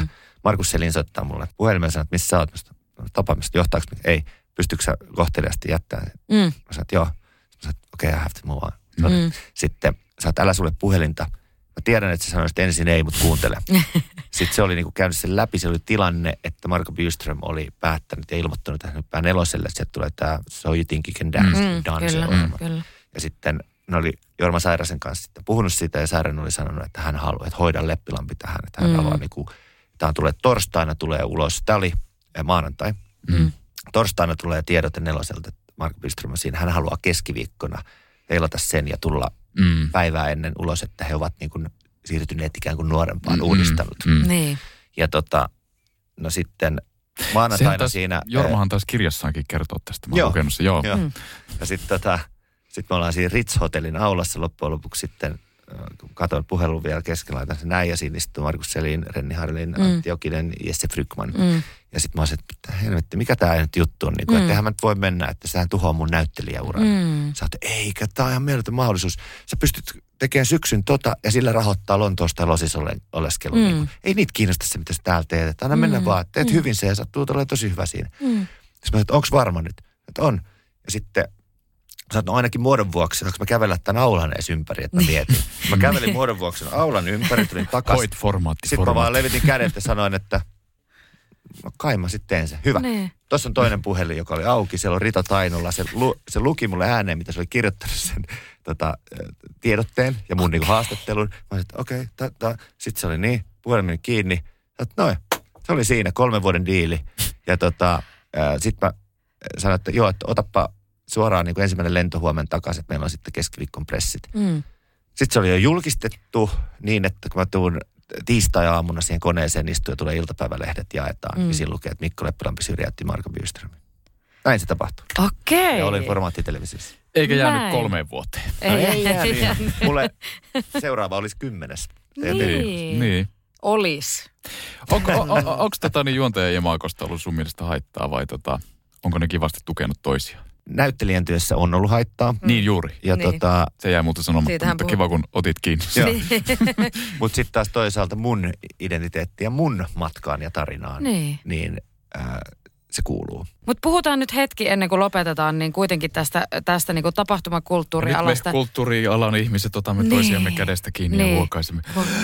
Markus Selin soittaa mulle puhelimeen ja sanoo, että missä sä oot? Tapaamista, johtaako? Ei. Pystytkö sä kohteliasti jättämään? Mm. Mä sanoin, että joo. Mä sanoin, että okei, okay, I have to move on. Mm. Sitten sä oot, älä sulle puhelinta. Mä tiedän, että sä sanoisit ensin ei, mutta kuuntele. Sitten se oli niin kuin käynyt sen läpi. Se oli tilanne, että Marco Bjurström oli päättänyt ja ilmoittanut, että hän hyppää neloselle. Sieltä tulee tämä So You Think You Can Dance, mm. dance-ohjelma. Mm, ja sitten ne oli Jorma Sairasen kanssa sitten puhunut siitä ja Sairanen oli sanonut, että hän haluaa, että hoida Leppilampi tähän. Että hän mm. haluaa niin kuin, tämä tulee torstaina, tulee ulos. Tämä oli maanantai. Mm. Torstaina tulee tiedote neloselta, että Marco Bjurström on siinä. Hän haluaa keskiviikkona teilata sen ja tulla mm. päivää ennen ulos, että he ovat niin kuin siirtyneet ikään kuin nuorempaan, mm, uudistanut. Mm. Niin. Ja tota, no sitten maanantaina taas, siinä... Jormahan taas kirjassaankin kertoo tästä, mä oon lukenut se, joo. joo. Mm. Ja sitten tota, sit me ollaan siinä Ritz-hotellin aulassa loppujen lopuksi sitten, kun katsoin puhelun vielä keskellä, laitan sen näin ja siinä istuu Markus Selin, Renni Harlin, mm. Antti Jokinen, Jesse Frykman. Mm. Ja sitten mä olisin, että helvetti, mikä tämä nyt juttu on, niin kuin, mm. että eihän mä nyt voi mennä, että sehän tuhoaa mun näyttelijäuran. Mm. Sä oot, eikä, tää on ihan mieletön mahdollisuus. Sä pystyt tekemään syksyn tota ja sillä rahoittaa Lontoosta Losissa oleskelun. Mm. Niin ei niitä kiinnosta se, mitä sä täällä teet. Että anna mm. mennä vaan, teet mm. hyvin se ja sä tulet olemaan tosi hyvä siinä. Mm. Sitten mä sanoin, että onko varma nyt? Että on. Ja sitten sä oot, no ainakin muodon vuoksi, saanko mä kävellä tämän aulan edes ympäri, että mä mietin. Mä kävelin muodon vuoksi aulan ympäri, tulin takaisin. Hoit formaatti. Sitten mä vaan levitin kädet ja sanoin, että no kai mä sitten teen sen. Hyvä. Nee. Tuossa on toinen puhelin, joka oli auki. Siellä on Rita Tainola. Se, lu, se luki mulle ääneen, mitä se oli kirjoittanut sen tota, tiedotteen ja mun niinku haastattelun. Mä sanoin, että okei. Okay, sitten se oli niin, puhelin meni kiinni. Noin, se oli siinä, kolmen vuoden diili. Ja tota, sitten mä sanoin, että joo, että otappa suoraan niin kuin ensimmäinen lento huomenna takaisin, että meillä on sitten keskiviikkon pressit. Mm. Sitten se oli jo julkistettu niin, että kun mä tuun tiistai-aamuna siihen koneeseen istuu ja tulee iltapäivälehdet jaetaan, mm. niin siinä lukee, että Mikko Leppilampi syrjäytti Marco Bjurströmin. Näin se tapahtui. Okei. Okay. Ja olin formaattitelevisiossa. Eikä jäänyt Näin. kolmeen vuoteen. Ei, no, ei jäänyt. Mulle seuraava olisi kymmenes. Niin. niin. Olis. Onko, on, on, onko tota, niin juontaja ja maakosta ollut sun mielestä haittaa vai tota, onko ne kivasti tukenut toisiaan? Näyttelijän työssä on ollut haittaa. Mm. Niin juuri. Ja niin. Tota, se jäi muuta sanomatta, mutta puhuu. Kiva kun otit kiinni. Mutta sitten taas toisaalta mun identiteetti ja mun matkaan ja tarinaan, niin, niin äh, se kuuluu. Mutta puhutaan nyt hetki ennen kuin lopetetaan, niin kuitenkin tästä, tästä niin kuin tapahtumakulttuurialasta. Nyt me kulttuurialan ihmiset otamme niin. toisiamme kädestä kiinni niin. ja huokaisemme.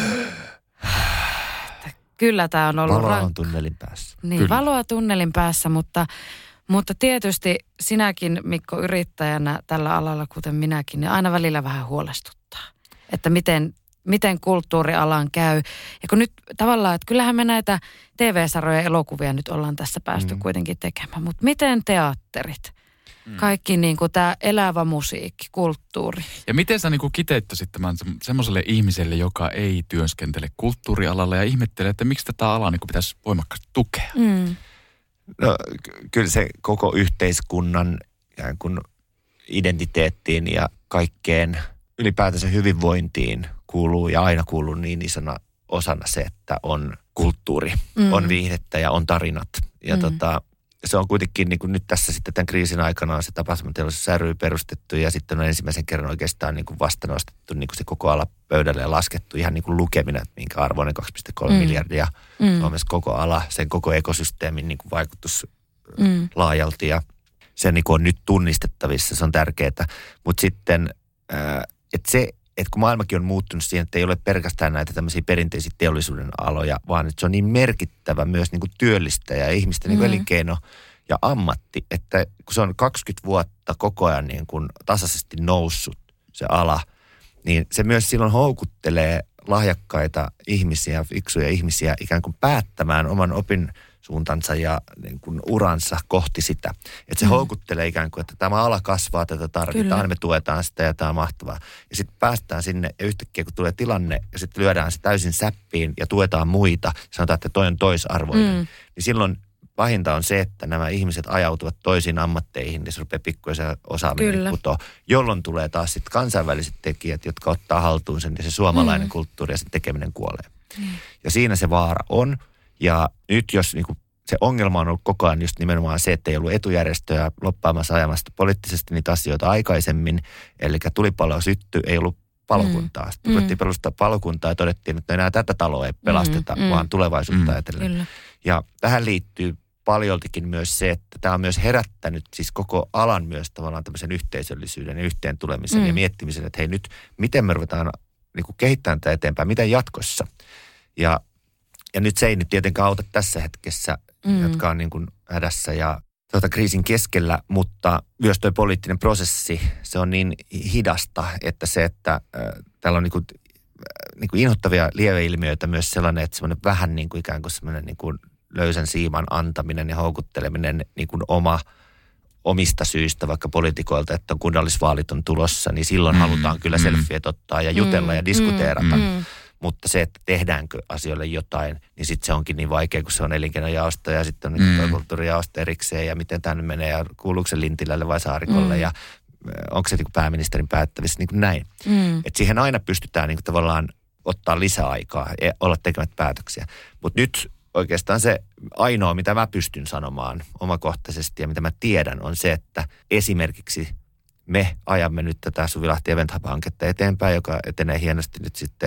Kyllä tämä on ollut Valoa rankka. on tunnelin päässä. Niin, Kyllä. valoa tunnelin päässä, mutta... Mutta tietysti sinäkin, Mikko, yrittäjänä tällä alalla, kuten minäkin, niin aina välillä vähän huolestuttaa. Että miten, miten kulttuurialan käy. Ja kun nyt tavallaan, että kyllähän me näitä T V-sarjoja ja elokuvia nyt ollaan tässä päästy mm. kuitenkin tekemään. Mutta miten teatterit? Mm. Kaikki niin kuin tämä elävä musiikki, kulttuuri. Ja miten sä niin kuin kiteyttäisit tämän semmoiselle ihmiselle, joka ei työskentele kulttuurialalla ja ihmettelee, että miksi tätä alaa niin kuin pitäisi voimakkaasti tukea? Mm. No kyllä se koko yhteiskunnan ikään kuin identiteettiin ja kaikkeen ylipäätänsä hyvinvointiin kuuluu ja aina kuuluu niin isona osana se, että on kulttuuri, mm. on viihdettä ja on tarinat. Ja mm. tota, se on kuitenkin niin kuin nyt tässä sitten tämän kriisin aikana on se tapahtumateollisuus ry perustettu ja sitten on ensimmäisen kerran oikeastaan niin kuin vasta nostettu niin kuin se koko ala pöydälle ja laskettu ihan niin kuin lukemina, että minkä arvoinen kaksi pilkku kolme mm. miljardia mm. Suomessa koko ala, sen koko ekosysteemin niin kuin vaikutus mm. laajalti ja se niin kuin on nyt tunnistettavissa, se on tärkeää. Mutta sitten, että se, että kun maailmakin on muuttunut siihen, että ei ole pelkästään näitä tämmöisiä perinteisiä teollisuuden aloja, vaan että se on niin merkittävä myös niin kuin työllistäjä ja ihmisten niin kuin mm. elinkeino ja ammatti, että kun se on kaksikymmentä vuotta koko ajan niin kuin tasaisesti noussut se ala, niin se myös silloin houkuttelee lahjakkaita ihmisiä, fiksuja ihmisiä ikään kuin päättämään oman opinsuuntansa ja niin kuin uransa kohti sitä. Että se mm. houkuttelee ikään kuin, että tämä ala kasvaa, tätä tarvitaan, Kyllä. me tuetaan sitä ja tämä on mahtavaa. Ja sitten päästään sinne ja yhtäkkiä kun tulee tilanne ja sitten lyödään se täysin säppiin ja tuetaan muita, sanotaan, että toi on toisarvoinen, mm. niin silloin pahinta on se, että nämä ihmiset ajautuvat toisiin ammatteihin ja se rupeaa pikkuisen osaaminen putoa, jolloin tulee taas sitten kansainväliset tekijät, jotka ottaa haltuun sen ja se suomalainen mm. kulttuuri ja sen tekeminen kuolee. Mm. Ja siinä se vaara on. Ja nyt jos niin kuin, se ongelma on ollut koko ajan just nimenomaan se, että ei ollut etujärjestöjä loppaamassa ajamasta poliittisesti niitä asioita aikaisemmin, eli tulipalo syttyi, ei ollut palokuntaa. Sitten Mm. ruvettiin perustaa palokuntaa ja todettiin, että enää tätä taloa ei pelasteta, Mm. Mm. vaan tulevaisuutta Mm. ajatellen. Kyllä. Ja tähän liittyy paljoltikin myös se, että tämä on myös herättänyt siis koko alan myös tavallaan tämmöisen yhteisöllisyyden ja yhteen tulemisen Mm. ja miettimisen, että hei nyt, miten me ruvetaan niin kuin kehittämään tätä eteenpäin, miten jatkossa. Ja, ja nyt se ei nyt tietenkään auta tässä hetkessä, Mm. jotka on niin kuin hädässä ja tuota kriisin keskellä, mutta myös tuo poliittinen prosessi, se on niin hidasta, että se, että äh, täällä on niin kuin, äh, niin kuin inhottavia lieveilmiöitä myös sellainen, että semmoinen vähän niin kuin ikään kuin semmoinen niin kuin löysän siiman antaminen ja houkutteleminen niin kuin oma, omista syistä, vaikka poliitikoilta, että on kunnallisvaalit on tulossa, niin silloin Mm, halutaan kyllä mm. selfieet ottaa ja jutella Mm, ja diskuteerata. mm, mm. Mutta se, että tehdäänkö asioille jotain, niin sitten se onkin niin vaikea, kun se on elinkeinojaosto ja sitten on Mm. mm. kulttuurijaosto erikseen ja miten tämä nyt menee ja kuuluuko se Lintilälle vai Saarikolle Mm. ja onko se niin kuin pääministerin päättävissä, niin kuin näin. Mm. Että siihen aina pystytään niin kuin tavallaan ottaa lisäaikaa ja olla tekemättä päätöksiä. Mutta nyt oikeastaan se ainoa, mitä mä pystyn sanomaan omakohtaisesti ja mitä mä tiedän, on se, että esimerkiksi me ajamme nyt tätä Suvilahti Event Hub-hanketta eteenpäin, joka etenee hienosti nyt sitten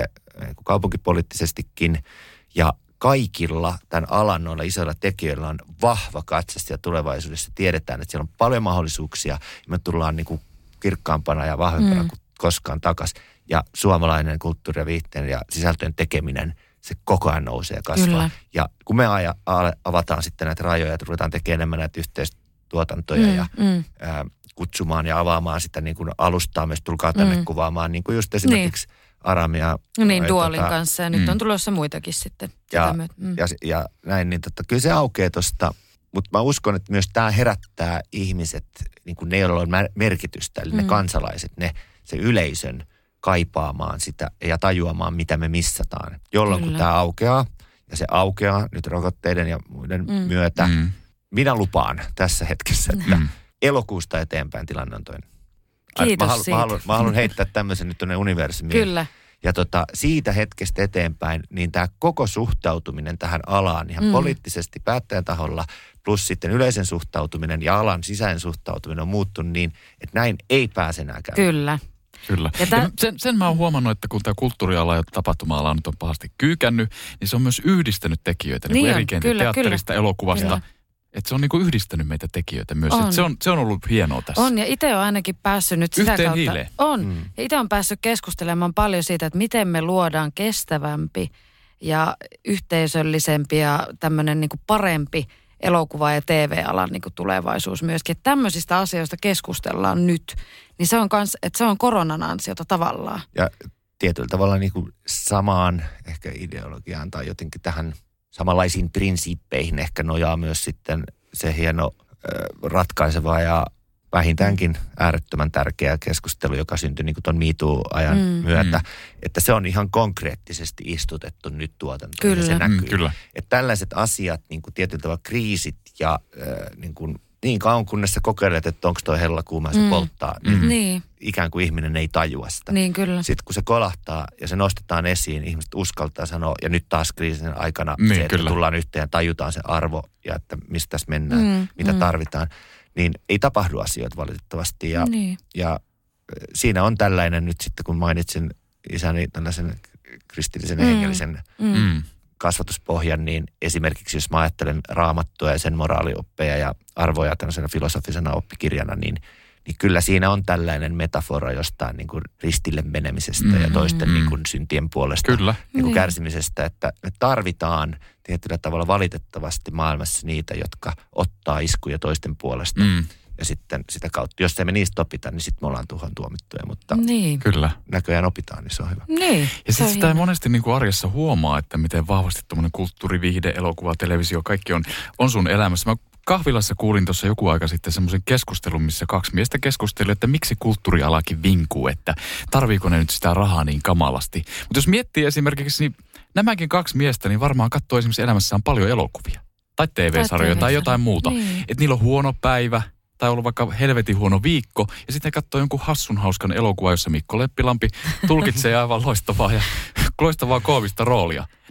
kaupunkipoliittisestikin. Ja kaikilla tämän alan noilla isoilla tekijöillä on vahva katse ja tulevaisuudessa tiedetään, että siellä on paljon mahdollisuuksia ja me tullaan niin kuin kirkkaampana ja vahvempana Mm. kuin koskaan takaisin. Ja suomalainen kulttuuri ja viihteen ja sisältöjen tekeminen, se koko ajan nousee ja kasvaa. Kyllä. Ja kun me aja, avataan sitten näitä rajoja ja ruvetaan tekemään enemmän näitä yhteistuotantoja Mm, ja mm. ää, kutsumaan ja avaamaan sitä niin kuin alustaa myös, tulkaa tänne Mm. kuvaamaan, niin kuin just esimerkiksi Aramia. Niin, ää, Duolin tota, kanssa ja nyt mm. on tulossa muitakin sitten. Ja, sitä myötä. Mm. ja, ja näin, niin totta, kyllä se aukeaa tuosta, mutta mä uskon, että myös tämä herättää ihmiset, niin kuin ne, joilla on mä- merkitystä, eli mm. ne Mm. kansalaiset, ne, se yleisön kaipaamaan sitä ja tajuamaan, mitä me missataan. Jolloin kun Kyllä. tämä aukeaa, ja se aukeaa nyt rokotteiden ja muiden Mm. myötä, Mm. minä lupaan tässä hetkessä, että Mm. elokuusta eteenpäin tilanne on toinen. Ai, Kiitos mä, halu, siitä. mä, haluan, mä haluan heittää tämmöisen nyt tuonne universumiin. Kyllä. Ja tota, siitä hetkestä eteenpäin, niin tämä koko suhtautuminen tähän alaan ihan Mm. mm. poliittisesti päättäjän taholla, plus sitten yleisen suhtautuminen ja alan sisäinen suhtautuminen on muuttunut niin, että näin ei pääse enää käymään. Kyllä. Kyllä. Ja tää- Ja sen, sen mä oon huomannut, että kun tämä kulttuuriala ja tapahtuma-ala nyt on pahasti kyykännyt, niin se on myös yhdistänyt tekijöitä. Niin, Niin niin on, eri kentillä, kyllä, teatterista, kyllä. elokuvasta. Kyllä. Että se on niinku yhdistänyt meitä tekijöitä myös. On. Et se, on, se on ollut hienoa tässä. On, ja itse on ainakin päässyt nyt sitä Yhteen kautta. hiileen. On. Mm. Ja itse on päässyt keskustelemaan paljon siitä, että miten me luodaan kestävämpi ja yhteisöllisempi ja tämmöinen niin kuin parempi elokuva- ja T V-alan niin kuin tulevaisuus myöskin. Että tämmöisistä asioista keskustellaan nyt. Niin se on, kans, että se on koronan ansiota tavallaan. Ja tietyllä tavalla niin kuin samaan ehkä ideologiaan tai jotenkin tähän samanlaisiin prinsiippeihin ehkä nojaa myös sitten se hieno äh, ratkaiseva ja vähintäänkin äärettömän tärkeä keskustelu, joka syntyi niin kuin tuon Me Too-ajan Mm. mm. myötä, Mm. että se on ihan konkreettisesti istutettu nyt tuotantoon. Kyllä. Ja se näkyy. Mm, kyllä. Että tällaiset asiat, niin kuin tietyllä tavalla kriisit ja äh, niin, kuin, niin kauan kunnes sä kokeilet, että onko toi hella kuuma, se Mm. polttaa, Mm. niin Niin, ikään kuin ihminen ei tajua sitä. niin kyllä. Sitten kun se kolahtaa ja se nostetaan esiin, ihmiset uskaltaa sanoa, ja nyt taas kriisin aikana Niin, se, että kyllä. tullaan yhteen ja tajutaan se arvo ja että mistä tässä mennään, Mm, mitä mm. tarvitaan, niin ei tapahdu asioita valitettavasti. Ja, Niin. ja äh, siinä on tällainen nyt sitten, kun mainitsin isäni tällaisen kristillisen ja Mm. hengellisen Mm. Mm. kasvatuspohjan, niin esimerkiksi jos mä ajattelen Raamattua ja sen moraalioppeja ja arvoja tämmöisenä filosofisena oppikirjana, niin, niin kyllä siinä on tällainen metafora jostain niin kuin ristille menemisestä Mm, ja toisten mm. niin kuin syntien puolesta Kyllä. niin kuin Niin. kärsimisestä, että me tarvitaan tietyllä tavalla valitettavasti maailmassa niitä, jotka ottaa iskuja toisten puolesta Mm. ja sitten sitä kautta, jos emme niistä opita, niin sitten me ollaan tuhon tuomittuja, mutta Niin. Kyllä. näköjään opitaan, niin se on hyvä. Niin. Ja se sitten on sitä hienoa. monesti niin kuin arjessa huomaa, että miten vahvasti tuommoinen kulttuuri, viihde, elokuva, televisio, kaikki on, on sun elämässä. Mä kahvilassa kuulin tuossa joku aika sitten semmoisen keskustelun, missä kaksi miestä keskusteli, että miksi kulttuurialakin vinkuu, että tarviiko ne nyt sitä rahaa niin kamalasti. Mutta jos miettii esimerkiksi, niin nämäkin kaksi miestä, niin varmaan katsoo esimerkiksi elämässään paljon elokuvia. Tai T V-sarjoja tai, tai jotain muuta. Niin. Että niillä on huono päivä tai ollut vaikka helvetin huono viikko, ja sitten katsoo jonkun hassun hauskan elokuva, jossa Mikko Leppilampi tulkitsee aivan loistavaa ja loistavaa koomista roolia. Niin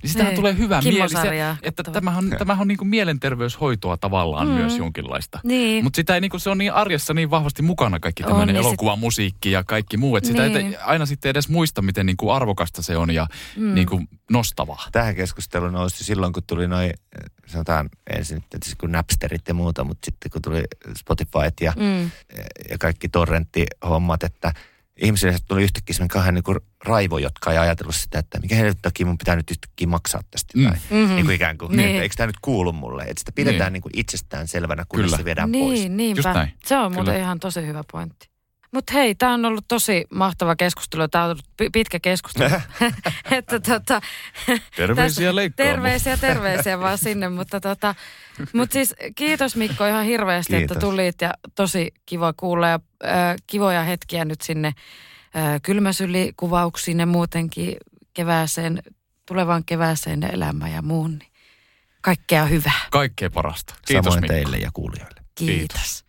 niin sitähän Ei. tulee hyvä mieli. Se, että kattava. tämähän on, tämähän on niin kuin mielenterveyshoitoa tavallaan mm. myös jonkinlaista. Niin. Mutta sitä ei, niin kuin, se on niin arjessa niin vahvasti mukana kaikki On, tämmöinen niin elokuva, sit... musiikki ja kaikki muu. Että sitä niin. ei aina sitten edes muista, miten niin kuin arvokasta se on ja mm. niin kuin nostavaa. Tähän keskusteluun nousi silloin, kun tuli noin, sanotaan ensin, että kun Napsterit ja muuta, mutta sitten kun tuli Spotifyt ja, mm. ja kaikki torrenttihommat, että ihmisille tuli yhtäkkiä semmoinen kahden niin kuin raivo, jotka ei ajatellut sitä, että mikä helvetin takia mun pitää nyt yhtäkkiä maksaa tästä. Mm. Tai mm-hmm. niin kuin ikään kuin, niin. eikö tämä nyt kuulu mulle? Että sitä pidetään niin. Niin kuin itsestään selvänä, kunnes se viedään niin, pois. Niinpä. Se on muuten ihan tosi hyvä pointti. Mutta hei, tämä on ollut tosi mahtava keskustelu. Tämä on ollut pitkä keskustelu. että tota, terveisiä leikkaamaan. Terveisiä, terveisiä vaan sinne. Mutta tota, mut siis kiitos Mikko ihan hirveästi, kiitos. Että tulit ja tosi kiva kuulla. Ja äh, kivoja hetkiä nyt sinne äh, kylmäsylikuvauksiin ja muutenkin kevääseen, tulevaan kevääseen ja elämään ja muun. Niin kaikkea hyvää. Kaikkea parasta. Kiitos Samoin Mikko. teille ja kuulijoille. Kiitos. Kiitos.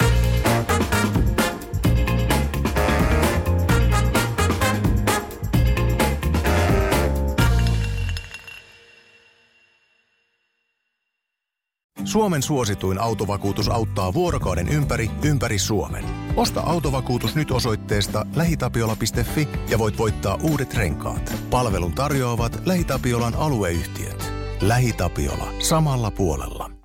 Suomen suosituin autovakuutus auttaa vuorokauden ympäri, ympäri Suomen. Osta autovakuutus nyt osoitteesta lähitapiola piste fi ja voit voittaa uudet renkaat. Palvelun tarjoavat LähiTapiolan alueyhtiöt. LähiTapiola. Samalla puolella.